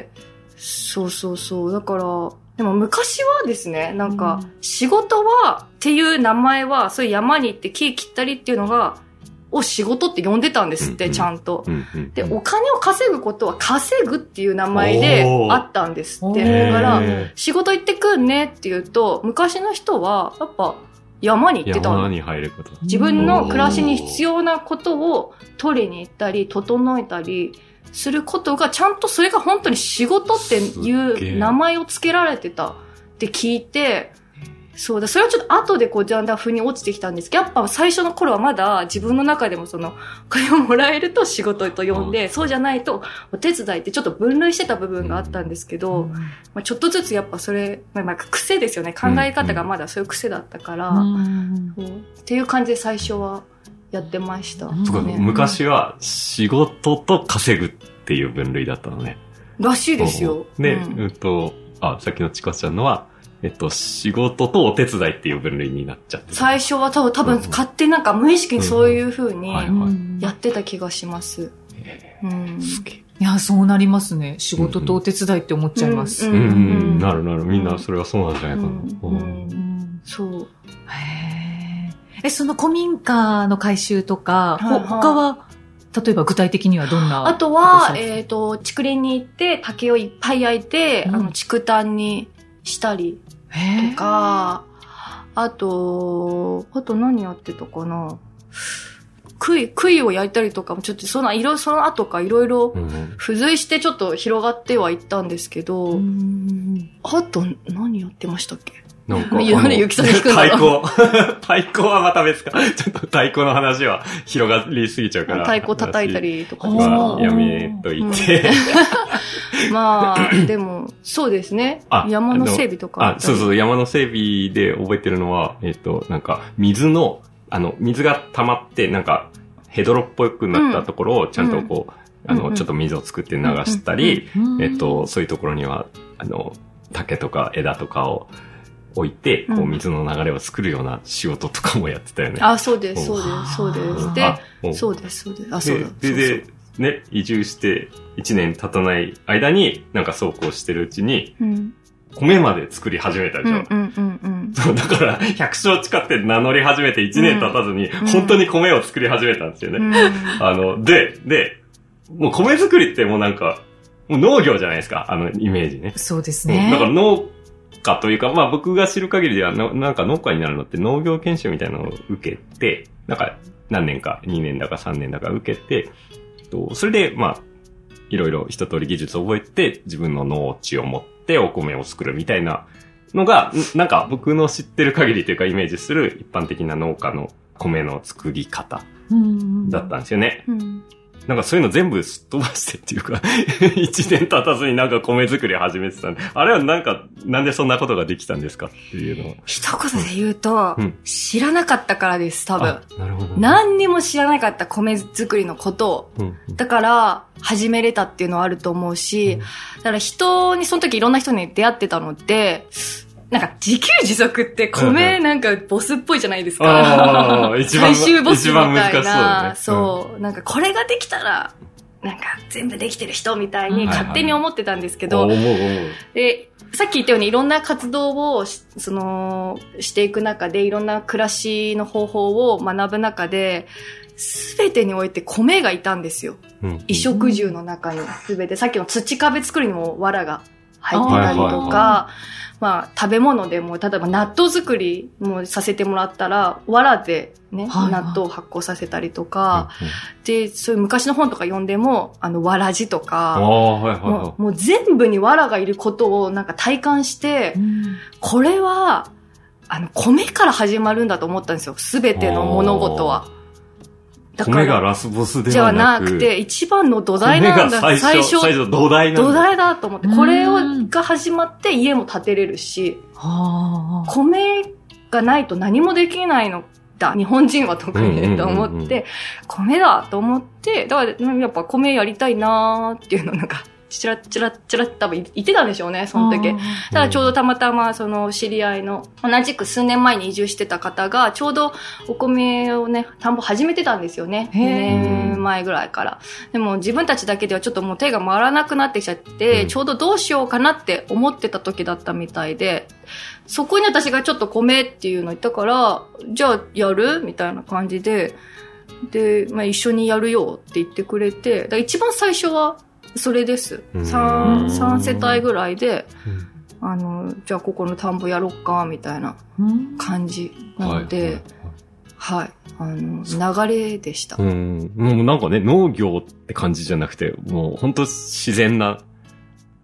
Speaker 2: そうそうそう。だから、でも昔はですね、なんか、仕事はっていう名前は、そういう山に行って木切ったりっていうのが、を仕事って呼んでたんですって、うんうん、ちゃんと、うんうん。で、お金を稼ぐことは稼ぐっていう名前であったんですって。だから、仕事行ってくんねって言うと、昔の人は、やっぱ山に行ってたの。
Speaker 4: 山に入ること。
Speaker 2: 自分の暮らしに必要なことを取りに行ったり、整えたりすることが、ちゃんとそれが本当に仕事っていう名前を付けられてたって聞いて、 そうだ、それはちょっと後でこう、だんだん腑に落ちてきたんですけど、やっぱ最初の頃はまだ自分の中でもその、お金をもらえると仕事と呼んで、そうじゃないとお手伝いってちょっと分類してた部分があったんですけど、まあ、ちょっとずつやっぱそれ、まあ、まあ癖ですよね。考え方がまだそういう癖だったから、そうっていう感じで最初はやってました、
Speaker 4: ね。昔は仕事と稼ぐっていう分類だったのね。
Speaker 2: らしいですよ。
Speaker 4: で、うん、うんと、あ、さっきのちかちゃんのは、えっと、仕事とお手伝いっていう分類になっちゃって。
Speaker 2: 最初は多分、多分、勝手になんか無意識にそういう風にやってた気がします。
Speaker 3: うん。すげえ。いや、そうなりますね。仕事とお手伝いって思っちゃいます。
Speaker 4: うん、うんうん、なるなる。みんなそれはそうなんじゃないかな。うんうん、
Speaker 2: そう。
Speaker 3: へえ。え、その古民家の改修とか、はは他は、例えば具体的にはどんな？
Speaker 2: あとは、えっと、竹林に行って竹をいっぱい焼いて、うん、あの、竹炭にしたりとか、あと、あと何やってたかな？杭、杭を焼いたりとかもちょっとその、いろいろ、その後かいろいろ付随してちょっと広がってはいったんですけど、うん、あと何やってましたっけ？
Speaker 4: なんか、
Speaker 2: なんでゆきさんで弾くんだろう。
Speaker 4: 太鼓。太鼓はまた別か。ちょっと太鼓の話は広がりすぎちゃうから。
Speaker 2: 太鼓叩いたりとか
Speaker 4: ですか。やめといて。
Speaker 2: うん、まあ、でも、そうですね。山の整備とか
Speaker 4: あ。あ、そうそう、山の整備で覚えてるのは、えっと、なんか、水の、あの、水が溜まって、なんか、ヘドロっぽくなったところをちゃんとこう、うん、あの、ちょっと水を作って流したり、えっと、そういうところには、あの、竹とか枝とかを、置いて、こう水の流れを作るような仕事とかもやってたよね。
Speaker 2: あ、そうです、そうです、そうです。で、そうです、そうです。あ、そうだ。
Speaker 4: で、で、ね、移住していちねん経たない間に、なんかそうこうしてるうちに、うん、米まで作り始めたでしょ。うんうんうんうん、そう、だから百姓地下って名乗り始めていちねん経たずに、うん、本当に米を作り始めたんですよね。うん、あの、で、で、もう米作りってもうなんか、もう農業じゃないですか、あのイメージね。
Speaker 3: そうですね。
Speaker 4: だから農家というか、まあ僕が知る限りではな、なんか農家になるのって農業研修みたいなのを受けて、なんか何年か、にねんだかさんねんだか受けて、それでまあ、いろいろ一通り技術を覚えて、自分の農地を持ってお米を作るみたいなのが、なんか僕の知ってる限りというかイメージする一般的な農家の米の作り方だったんですよね。うんうん、なんかそういうの全部すっ飛ばしてっていうか、一年経たずになんか米作り始めてたんで、あれはなんか、なんでそんなことができたんですかっていうのを。
Speaker 2: 一言で言うと、うん、知らなかったからです、多分。
Speaker 4: なるほど。
Speaker 2: 何にも知らなかった米作りのことを。うんうん、だから、始めれたっていうのはあると思うし、うん、だから人に、その時いろんな人に出会ってたので、なんか自給自足って米なんかボスっぽいじゃないですか。
Speaker 4: ああ、一番、
Speaker 2: 最終ボスみたいな。
Speaker 4: 一番難しそうだね。
Speaker 2: そう、うん。なんかこれができたら、なんか全部できてる人みたいに勝手に思ってたんですけど、
Speaker 4: うんはいはい、思う思う。
Speaker 2: で、さっき言ったようにいろんな活動をし、その、していく中で、いろんな暮らしの方法を学ぶ中で、すべてにおいて米がいたんですよ。うん、衣食住の中にすべて。さっきの土壁作りにも藁が入ってたりとか、まあ、食べ物でも、例えば納豆作りもさせてもらったら、藁でね、はいはい、納豆を発酵させたりとか、うんうん、で、そういう昔の本とか読んでも、あの、藁地とか、
Speaker 4: はいはいはい、
Speaker 2: もう、もう全部に藁がいることをなんか体感して、うん、これは、あの、米から始まるんだと思ったんですよ。すべての物事は。
Speaker 4: 米がラスボスではなく。
Speaker 2: じゃなくて、一番の土台なんだ。
Speaker 4: 最初、最初、最初土台なんだ。
Speaker 2: 土台だと思って。これをが始まって家も建てれるし、米がないと何もできないのだ。日本人は特にね、と思って、米だと思って、だからやっぱ米やりたいなーっていうのなんか、チラッチラッチラッ多分言ってたんでしょうね、その時。ただちょうどたまたまその知り合いの同じく数年前に移住してた方がちょうどお米をね、田んぼ始めてたんですよね。にねんまえぐらいから。でも自分たちだけではちょっともう手が回らなくなってきちゃって、ちょうどどうしようかなって思ってた時だったみたいで、そこに私がちょっと米っていうの言ったから、じゃあやるみたいな感じで、で、まあ一緒にやるよって言ってくれて、だから一番最初はそれです。三、三世帯ぐらいで、うん、あの、じゃあここの田んぼやろっか、みたいな感じなので、はい、はいはい、あの、流れでした。
Speaker 4: うん。もうなんかね、農業って感じじゃなくて、もう本当自然な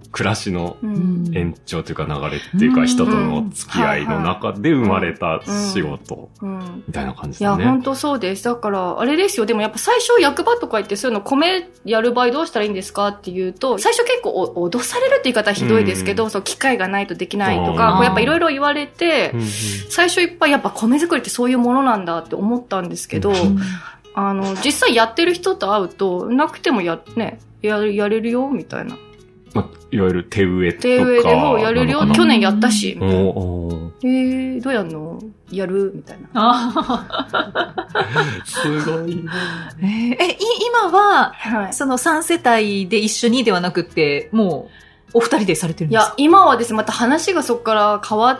Speaker 4: 暮らしの延長というか流れっていうか、うん、人との付き合いの中で生まれた仕事みたいな感じだね。
Speaker 2: いや、本当そうです。だから、あれですよ。でもやっぱ最初役場とか行ってそういうの米やる場合どうしたらいいんですかっていうと、最初結構脅されるって言い方はひどいですけど、うん、そう機会がないとできないとか、こうやっぱいろいろ言われて、うん、最初いっぱいやっぱ米作りってそういうものなんだって思ったんですけど、うん、あの、実際やってる人と会うと、なくてもや、ね、や、やれるよ、みたいな。
Speaker 4: ま、いわゆる手植えとか。
Speaker 2: 手植えでもやれるよ。去年やったし。みたいな。おえー、どうやんのやるみたいな。
Speaker 4: すごいな。
Speaker 3: えー、え、今は、はい、そのさん世帯で一緒にではなくて、もう、お二人でされてるんですか？
Speaker 2: いや、今はですね、また話がそこから変わって、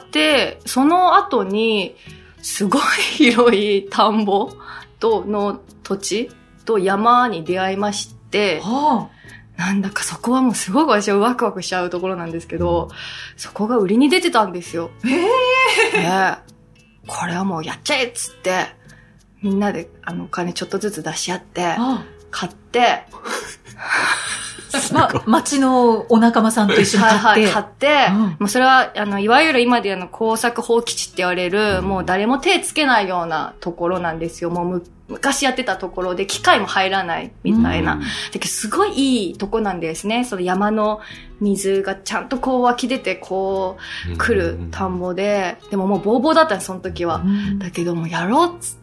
Speaker 2: その後に、すごい広い田んぼとの土地と山に出会いまして、はあ、なんだかそこはもうすごく私はワクワクしちゃうところなんですけど、そこが売りに出てたんですよ。
Speaker 3: え
Speaker 2: えー、ね、これはもうやっちゃえっつって、みんなであのお金ちょっとずつ出し合って、買って、
Speaker 3: ま、町のお仲間さんと一緒に買って。はいはい、
Speaker 2: 買って、うん、もうそれは、あの、いわゆる今であの、耕作放棄地って言われる、もう誰も手つけないようなところなんですよ。もうむ、昔やってたところで機械も入らないみたいな。うん、ですごいいいとこなんですね。その山の水がちゃんとこう湧き出て、こう、来る田んぼで、でももうボーボーだったんです、その時は。うん、だけども、やろうっつって、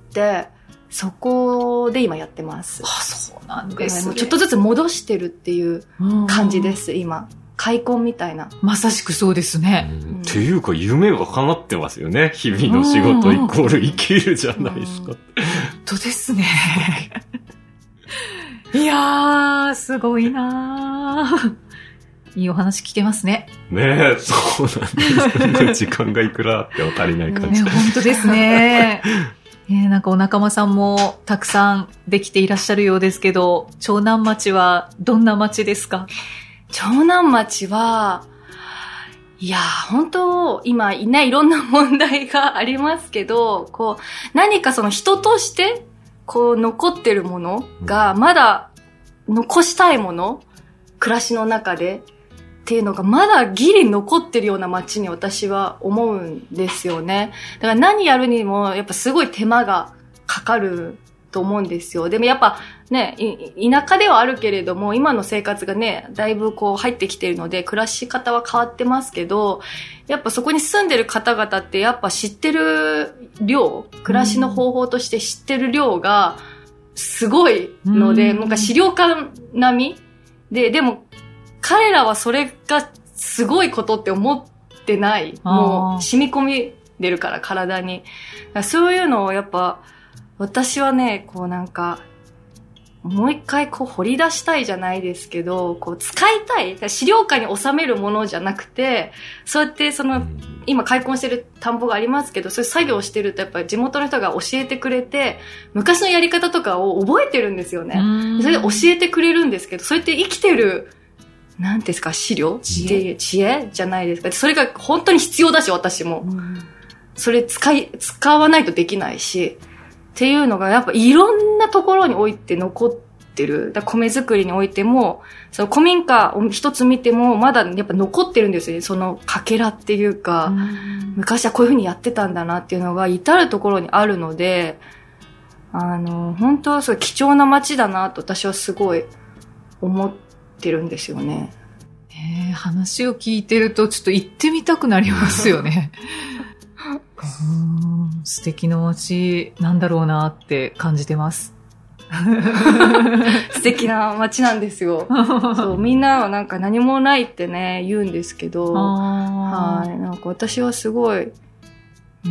Speaker 2: そこで今やってます。
Speaker 3: あ、そうなんですね。
Speaker 2: ちょっとずつ戻してるっていう感じです、今。開墾みたいな。
Speaker 3: まさしくそうですね。
Speaker 4: うん、っていうか、夢が叶ってますよね。日々の仕事イコール生きるじゃないですか。
Speaker 3: 本当ですね。いやー、すごいなー。いいお話聞けますね。
Speaker 4: ねえ、そうなんです。時間がいくらあっても足りない感じ。
Speaker 3: ね、本当ですね。えー、なんかお仲間さんもたくさんできていらっしゃるようですけど、長南町はどんな町ですか？
Speaker 2: 長南町は、いや、本当今いないいろんな問題がありますけど、こう、何かその人として、こう残ってるものが、まだ残したいもの、暮らしの中で、っていうのがまだギリ残ってるような街に私は思うんですよね。だから何やるにもやっぱすごい手間がかかると思うんですよ。でもやっぱね、田舎ではあるけれども今の生活がね、だいぶこう入ってきてるので暮らし方は変わってますけど、やっぱそこに住んでる方々ってやっぱ知ってる量、暮らしの方法として知ってる量がすごいので、なんか資料館並みで、でも彼らはそれがすごいことって思ってない。もう染み込み出るから体に。そういうのをやっぱ私はね、こうなんかもう一回こう掘り出したいじゃないですけど、こう使いたい。資料館に収めるものじゃなくて、そうやってその今開墾してる田んぼがありますけど、そういう作業をしてるとやっぱり地元の人が教えてくれて、昔のやり方とかを覚えてるんですよね。それで教えてくれるんですけど、そうやって生きてるなんですか、資料知恵知恵じゃないですか。それが本当に必要だし、私も。うん、それ使い、使わないとできないし。っていうのが、やっぱいろんなところにおいて残ってる。だ米作りにおいても、その古民家を一つ見ても、まだやっぱ残ってるんですよね。そのかけらっていうか、うん、昔はこういう風にやってたんだなっていうのが至るところにあるので、あの、本当はそう貴重な街だなと私はすごい思って、てるんですよね。
Speaker 3: えー、話を聞いてるとちょっと行ってみたくなりますよね。うん、素敵な街なんだろうなって感じてます。
Speaker 2: 素敵な街なんですよ。そう、みんなはなんか何もないってね言うんですけど、はい、なんか私はすごい。うん、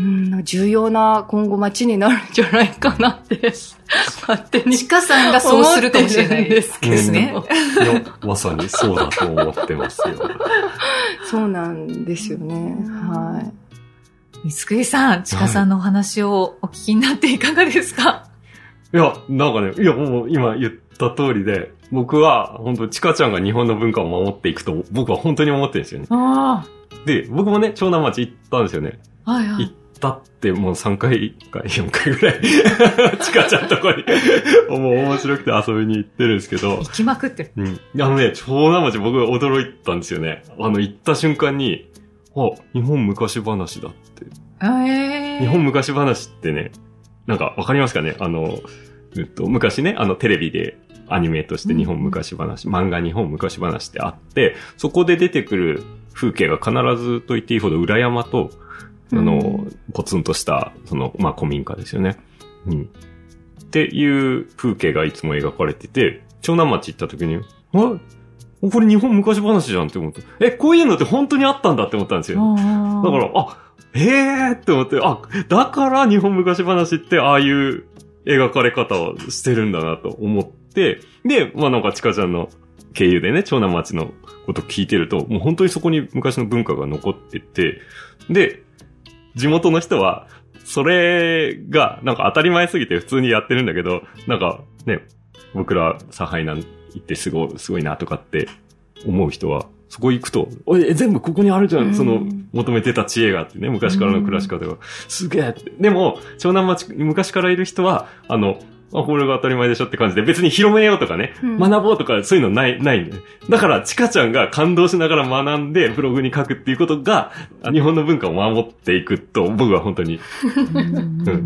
Speaker 2: 重要な今後街になるんじゃないかなって勝手に
Speaker 3: ちかさんがそうするかもしれないですけどね。
Speaker 4: いや、まさにそうだと思ってますよ。
Speaker 2: そうなんですよね。はい。
Speaker 3: 三つくりさん、ちかさんのお話をお聞きになっていかがですか？
Speaker 4: いや、なんかね、いや、もう今言った通りで、僕は本当ちかちゃんが日本の文化を守っていくと僕は本当に思ってるんですよね。あで、僕もね、長南町行ったんですよね。はいはい。行ったってもうさんかいかよんかいぐらい、ちかちゃんとこに、もう面白くて遊びに行ってるんですけど。
Speaker 3: 行きまくってる。
Speaker 4: うん。あのね、長南町僕驚いたんですよね。あの、行った瞬間に、あ、日本昔話だって。
Speaker 3: えー、
Speaker 4: 日本昔話ってね、なんかわかりますかね？あの、えっと、昔ね、あのテレビでアニメとして日本昔話、うん、漫画日本昔話ってあって、そこで出てくる風景が必ずと言っていいほど裏山と、あの、うん、ポツンとした、その、まあ、古民家ですよね。うん。っていう風景がいつも描かれてて、長南町行った時に、あ、これ日本昔話じゃんって思って、え、こういうのって本当にあったんだって思ったんですよ。だから、あ、へーって思って、あ、だから日本昔話ってああいう描かれ方をしてるんだなと思って、で、まあなんかちかちゃんの経由でね、長南町のこと聞いてると、もう本当にそこに昔の文化が残ってて、で、地元の人は、それがなんか当たり前すぎて普通にやってるんだけど、なんかね、僕らサハイナ行ってすごい、すごいなとかって思う人は、そこ行くと、おい、全部ここにあるじゃん、その、求めてた知恵があってね、昔からの暮らし方が。すげえって。でも、長南町、昔からいる人は、あの、あ、これが当たり前でしょって感じで、別に広めようとかね、うん、学ぼうとか、そういうのない、ないんだよ。だから、ちかちゃんが感動しながら学んで、ブログに書くっていうことが、日本の文化を守っていくと、僕は本当に、うん、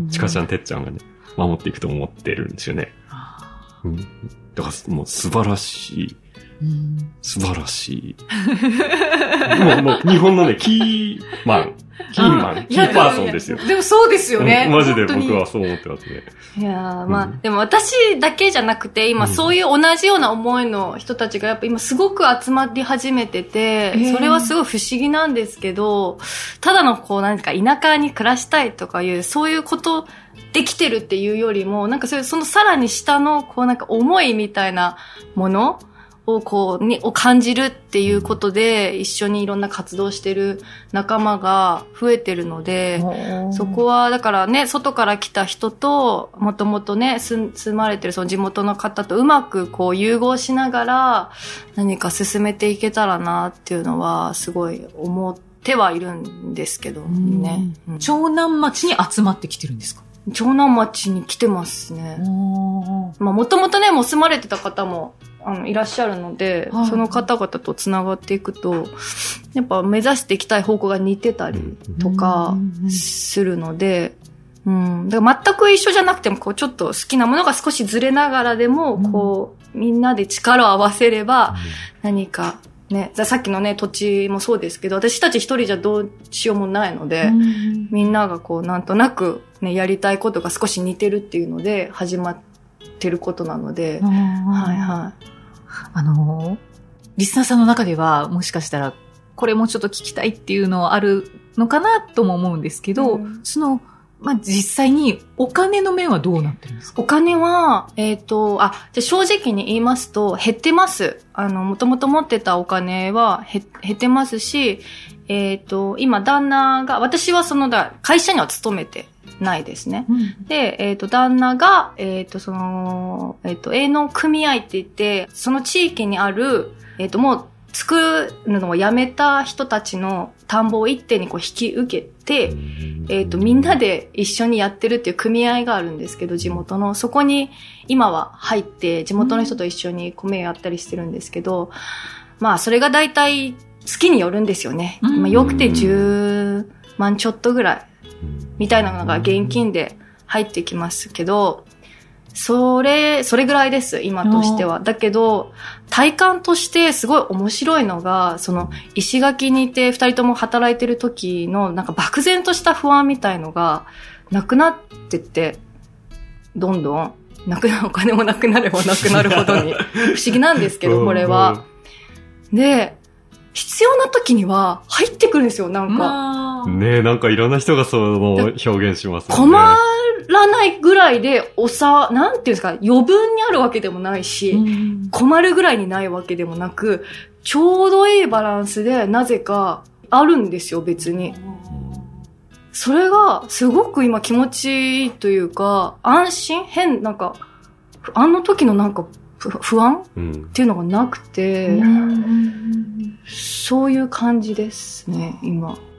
Speaker 4: ちかちゃん、てっちゃんがね、守っていくと思ってるんですよね。うん、だから、もう素晴らしい。うん、素晴らしい。もう、もう、日本のね、キーマン、キーマン、キーパーソンですよ。
Speaker 3: でもそうですよね。
Speaker 4: マジで僕はそう思ってますね。
Speaker 2: いやー、まあ、うん、でも私だけじゃなくて、今そういう同じような思いの人たちがやっぱ今すごく集まり始めてて、えー、それはすごい不思議なんですけど、ただのこう、なんか田舎に暮らしたいとかいう、そういうことできてるっていうよりも、なんかそういう、そのさらに下の、こうなんか思いみたいなものをこうにを感じるっていうことで一緒にいろんな活動してる仲間が増えてるので、そこはだからね、外から来た人ともともとね住まれてるその地元の方とうまくこう融合しながら何か進めていけたらなっていうのはすごい思ってはいるんですけどね。
Speaker 3: うん、長南町に集まってきてるんですか？
Speaker 2: 長南町に来てますね。まあもともとねもう住まれてた方もあのいらっしゃるので、はい、その方々とつながっていくとやっぱ目指していきたい方向が似てたりとかするので、うん、だから全く一緒じゃなくてもこうちょっと好きなものが少しずれながらでもこうみんなで力を合わせれば何かね、さっきのね土地もそうですけど私たち一人じゃどうしようもないので、みんながこうなんとなくねやりたいことが少し似てるっていうので始まってることなので、はいはい。
Speaker 3: あのー、リスナーさんの中ではもしかしたらこれもちょっと聞きたいっていうのはあるのかなとも思うんですけど、うん、その、まあ、実際にお金の面はどうなってるんですか？
Speaker 2: お金は、えっと、あ、じゃ正直に言いますと減ってます。あの、もともと持ってたお金は減ってますし、えっと、今旦那が、私はそのだ、会社には勤めてないですね。うん、で、えっ、ー、と、旦那が、えっ、ー、と、その、えっ、ー、と、営農組合って言って、その地域にある、えっ、と、もう作るのをやめた人たちの田んぼを一手にこう引き受けて、えっ、と、みんなで一緒にやってるっていう組合があるんですけど、地元の、そこに今は入って、地元の人と一緒に米やったりしてるんですけど、まあ、それが大体月によるんですよね。まあ、よくてじゅうまんちょっとぐらい。みたいなのが現金で入ってきますけど、それ、それぐらいです、今としては。だけど、体感としてすごい面白いのが、その、石垣にいて二人とも働いてる時の、なんか漠然とした不安みたいのが、なくなってって、どんどん、なくなる、お金もなくなればなくなるほどに、不思議なんですけど、これは。で、必要な時には入ってくるんですよ、なんか。
Speaker 4: ねえ、なんかいろんな人がその表現しますね。
Speaker 2: 困らないぐらいで、おさ、なんていうんですか、余分にあるわけでもないし、うん、困るぐらいにないわけでもなく、ちょうどいいバランスでなぜかあるんですよ、別に。それがすごく今気持ちいいというか、安心変、なんか、あの時のなんか、不安、うん、っていうのがなくて、うん、そういう感じですね、今。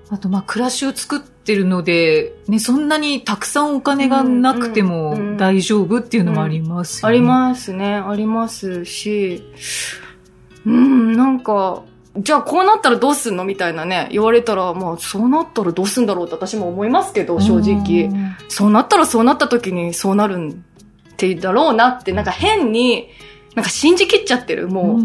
Speaker 3: あと、まあ、暮らしを作ってるので、ね、そんなにたくさんお金がなくても大丈夫っていうのもありますよね。
Speaker 2: うんうんうん、ありますね。ありますし、うん、なんか、じゃあこうなったらどうすんのみたいなね、言われたら、まあ、そうなったらどうすんだろうって私も思いますけど、正直。そうなったらそうなった時にそうなるんってだろうなって、なんか変に、なんか信じきっちゃってる、もう、うんうんうん、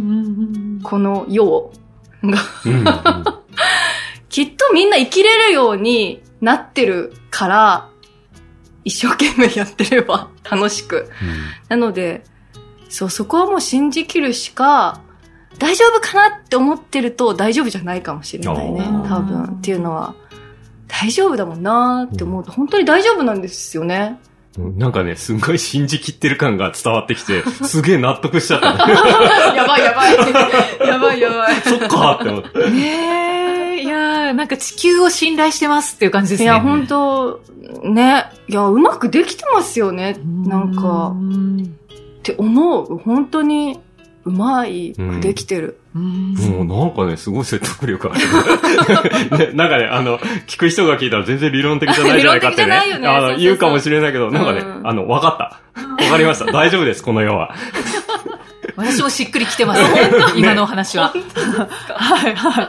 Speaker 2: この世が。うんうんきっとみんな生きれるようになってるから、一生懸命やってれば楽しく。うん、なので、そう、そこはもう信じきるしか、大丈夫かなって思ってると大丈夫じゃないかもしれないね。多分。っていうのは、大丈夫だもんなーって思うと、本当に大丈夫なんですよね。
Speaker 4: なんかね、すんごい信じきってる感が伝わってきて、すげえ納得しちゃった。
Speaker 2: やばいやばい。やばいやばい。
Speaker 4: そっかーって思って。
Speaker 3: ねー。いやー、なんか地球を信頼してますっていう感じですね。
Speaker 2: いや、本当ね。いや、うまくできてますよね。なんか、って思う。本当に、うまいくできてる。
Speaker 4: うん、もうなんかね、すごい説得力ある、ね。なんかね、あの、聞く人が聞いたら全然理論的じゃないじゃないかってね。理論的じゃないよね。あの、そうそうそう言うかもしれないけど、なんかね、うん、あの、わかった。わかりました。大丈夫です、この世は。
Speaker 3: 私もしっくりきてますね。今のお話は。はいはい。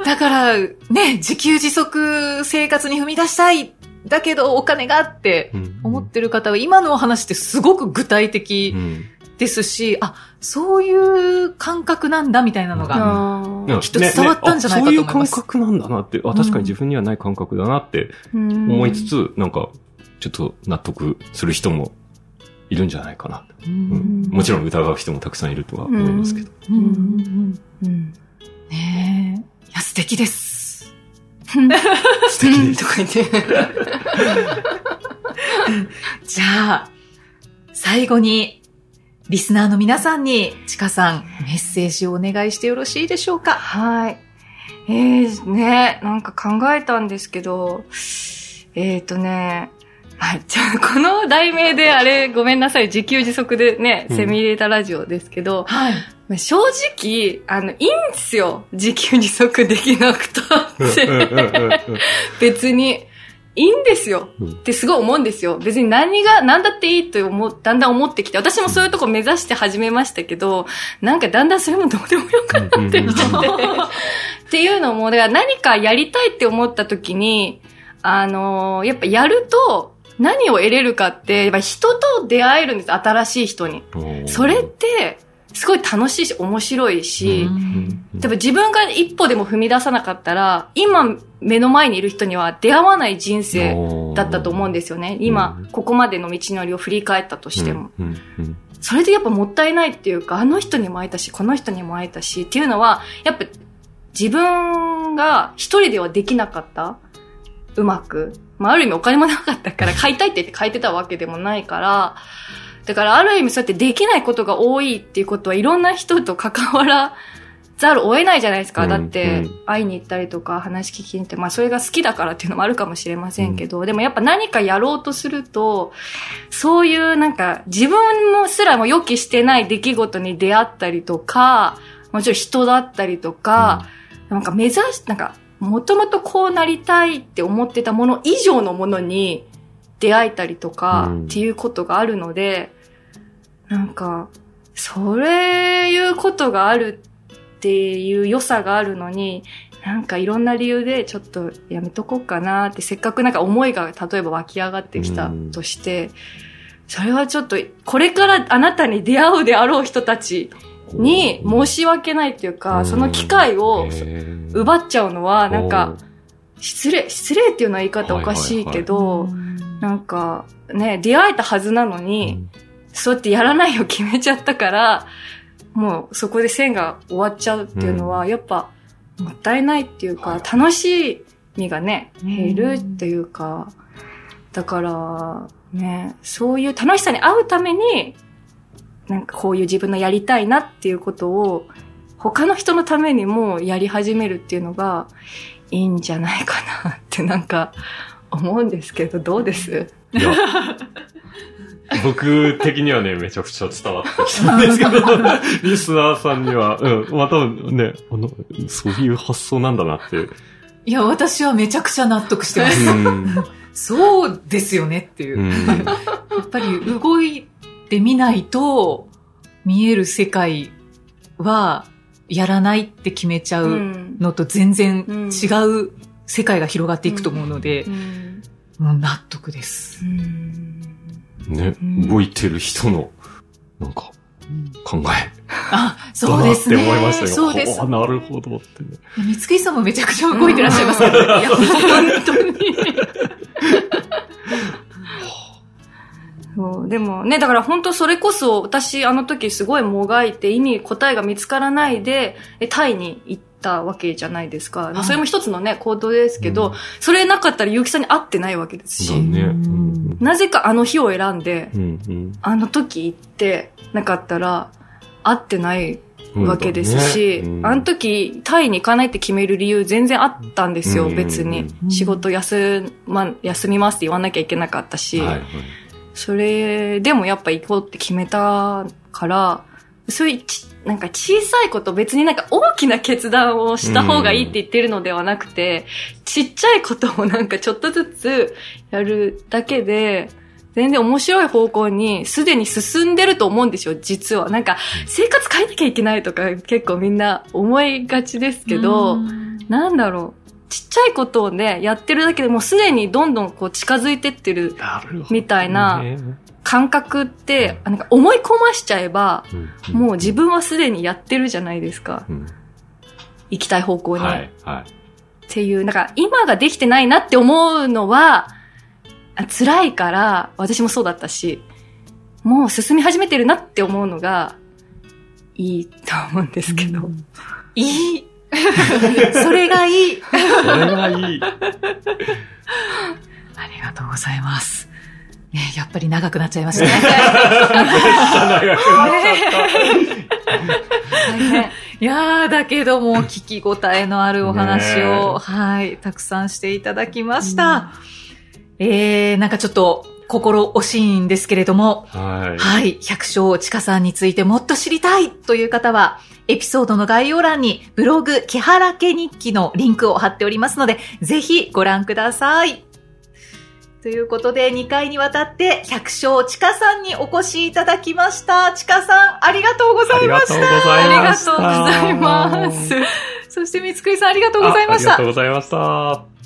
Speaker 3: だから、ね、自給自足生活に踏み出したい。だけどお金がって思ってる方は、今のお話ってすごく具体的ですし、うん、あ、そういう感覚なんだみたいなのが、きっと伝わったんじゃないかと思います。
Speaker 4: ねね、そういう感覚なんだなって、あ、確かに自分にはない感覚だなって思いつつ、うん、なんか、ちょっと納得する人もいるんじゃないかな、うん、もちろん疑う人もたくさんいるとは思いますけど、うんうんうん
Speaker 3: うん、ねえ、いや素敵です
Speaker 4: 素敵です
Speaker 2: とか言って
Speaker 3: じゃあ最後にリスナーの皆さんにちかさんメッセージをお願いしてよろしいでしょうか。
Speaker 2: はい、えーねなんか考えたんですけどえっ、ー、とねはい。じゃあ、この題名で、あれ、ごめんなさい。自給自足でね、セミレータラジオですけど、うん、はい。正直、あの、いいんですよ。自給自足できなくたって。別に、いいんですよ。ってすごい思うんですよ。別に何が、何だっていいと思う、だんだん思ってきて、私もそういうとこ目指して始めましたけど、なんかだんだんそれもどうでもよくなってきちゃって。っていうのも、だから何かやりたいって思った時に、あのー、やっぱやると、何を得れるかって、やっぱ人と出会えるんです。新しい人に。それって、すごい楽しいし、面白いし、多分自分が一歩でも踏み出さなかったら、今目の前にいる人には出会わない人生だったと思うんですよね。今、ここまでの道のりを振り返ったとしても。それでやっぱもったいないっていうか、あの人にも会えたし、この人にも会えたし、っていうのは、やっぱ自分が一人ではできなかった。うまく。まあ、ある意味お金もなかったから、買いたいって言って買えてたわけでもないから、だからある意味そうやってできないことが多いっていうことはいろんな人と関わらざるを得ないじゃないですか。だって、会いに行ったりとか話聞きに行って、まあそれが好きだからっていうのもあるかもしれませんけど、でもやっぱ何かやろうとすると、そういうなんか自分もすらも予期してない出来事に出会ったりとか、もちろん人だったりとか、なんか目指し、なんか、もともとこうなりたいって思ってたもの以上のものに出会えたりとかっていうことがあるので、うん、なんか、それいうことがあるっていう良さがあるのに、なんかいろんな理由でちょっとやめとこうかなって、せっかくなんか思いが例えば湧き上がってきたとして、うん、それはちょっとこれからあなたに出会うであろう人たちに申し訳ないっていうか、その機会を奪っちゃうのは、なんか、失礼、失礼っていうのは言い方おかしいけど、なんか、ね、出会えたはずなのに、そうやってやらないよ決めちゃったから、もうそこで線が終わっちゃうっていうのは、やっぱ、もったいないっていうか、楽しみがね、減るっていうか、だから、ね、そういう楽しさに会うために、なんかこういう自分のやりたいなっていうことを他の人のためにもやり始めるっていうのがいいんじゃないかなってなんか思うんですけど、どうです？いや
Speaker 4: 僕的にはね、めちゃくちゃ伝わってきたんですけど、リスナーさんには、うん、まあ多分ね、あの、そういう発想なんだなって。
Speaker 3: いや、私はめちゃくちゃ納得してます。そうですよねっていう。やっぱり動いてみないと見える世界はやらないって決めちゃうのと全然違う世界が広がっていくと思うので、もう納得です。
Speaker 4: ね、動いてる人のなんか考え。
Speaker 3: あ、そうですね。
Speaker 4: だなって思いましたよ。
Speaker 3: そうです。
Speaker 4: あ、なるほどって、ね。
Speaker 3: 三つくりさんもめちゃくちゃ動いてらっしゃいますから、ね。いや、本当に。
Speaker 2: そうでもね、だから本当それこそ私あの時すごいもがいて意味答えが見つからないでタイに行ったわけじゃないですか。それも一つのね行動ですけど、うん、それなかったら結城さんに会ってないわけですし、ねうん、なぜかあの日を選んで、うんうん、あの時行ってなかったら会ってないわけですし、ねうん、あの時タイに行かないって決める理由全然あったんですよ、うん、別に仕事休ま休みますって言わなきゃいけなかったし、はいはい、それでもやっぱ行こうって決めたから、そういうちなんか小さいこと別になんか大きな決断をした方がいいって言ってるのではなくて、うん、ちっちゃいことをなんかちょっとずつやるだけで全然面白い方向にすでに進んでると思うんですよ、実は。なんか生活変えなきゃいけないとか結構みんな思いがちですけど、うん、なんだろう。ちっちゃいことをね、やってるだけでもうすでにどんどんこう近づいてってるみたいな感覚って、なんか思い込ましちゃえば、うん、もう自分はすでにやってるじゃないですか。うん、行きたい方向に、はいはい。っていう、なんか今ができてないなって思うのは、辛いから、私もそうだったし、もう進み始めてるなって思うのがいいと思うんですけど。うん、
Speaker 3: いいそれがいい。
Speaker 4: それがいい。
Speaker 3: ありがとうございます。ね、やっぱり長くなっちゃいましたね。めっちゃ長くなっちゃった。いやー、だけども聞き応えのあるお話を、はい、たくさんしていただきました。うん、えー、なんかちょっと心惜しいんですけれども、はい、はい、百姓ちかさんについてもっと知りたいという方は、エピソードの概要欄にブログ木原家日記のリンクを貼っておりますので、ぜひご覧ください。ということでにかいにわたって百姓ちかさんにお越しいただきました。ちかさんありがとうございました。あ
Speaker 4: りがとうございました。
Speaker 3: ありがとうございます。そして三つくりさんありがとうございました。
Speaker 4: ありがとうございました。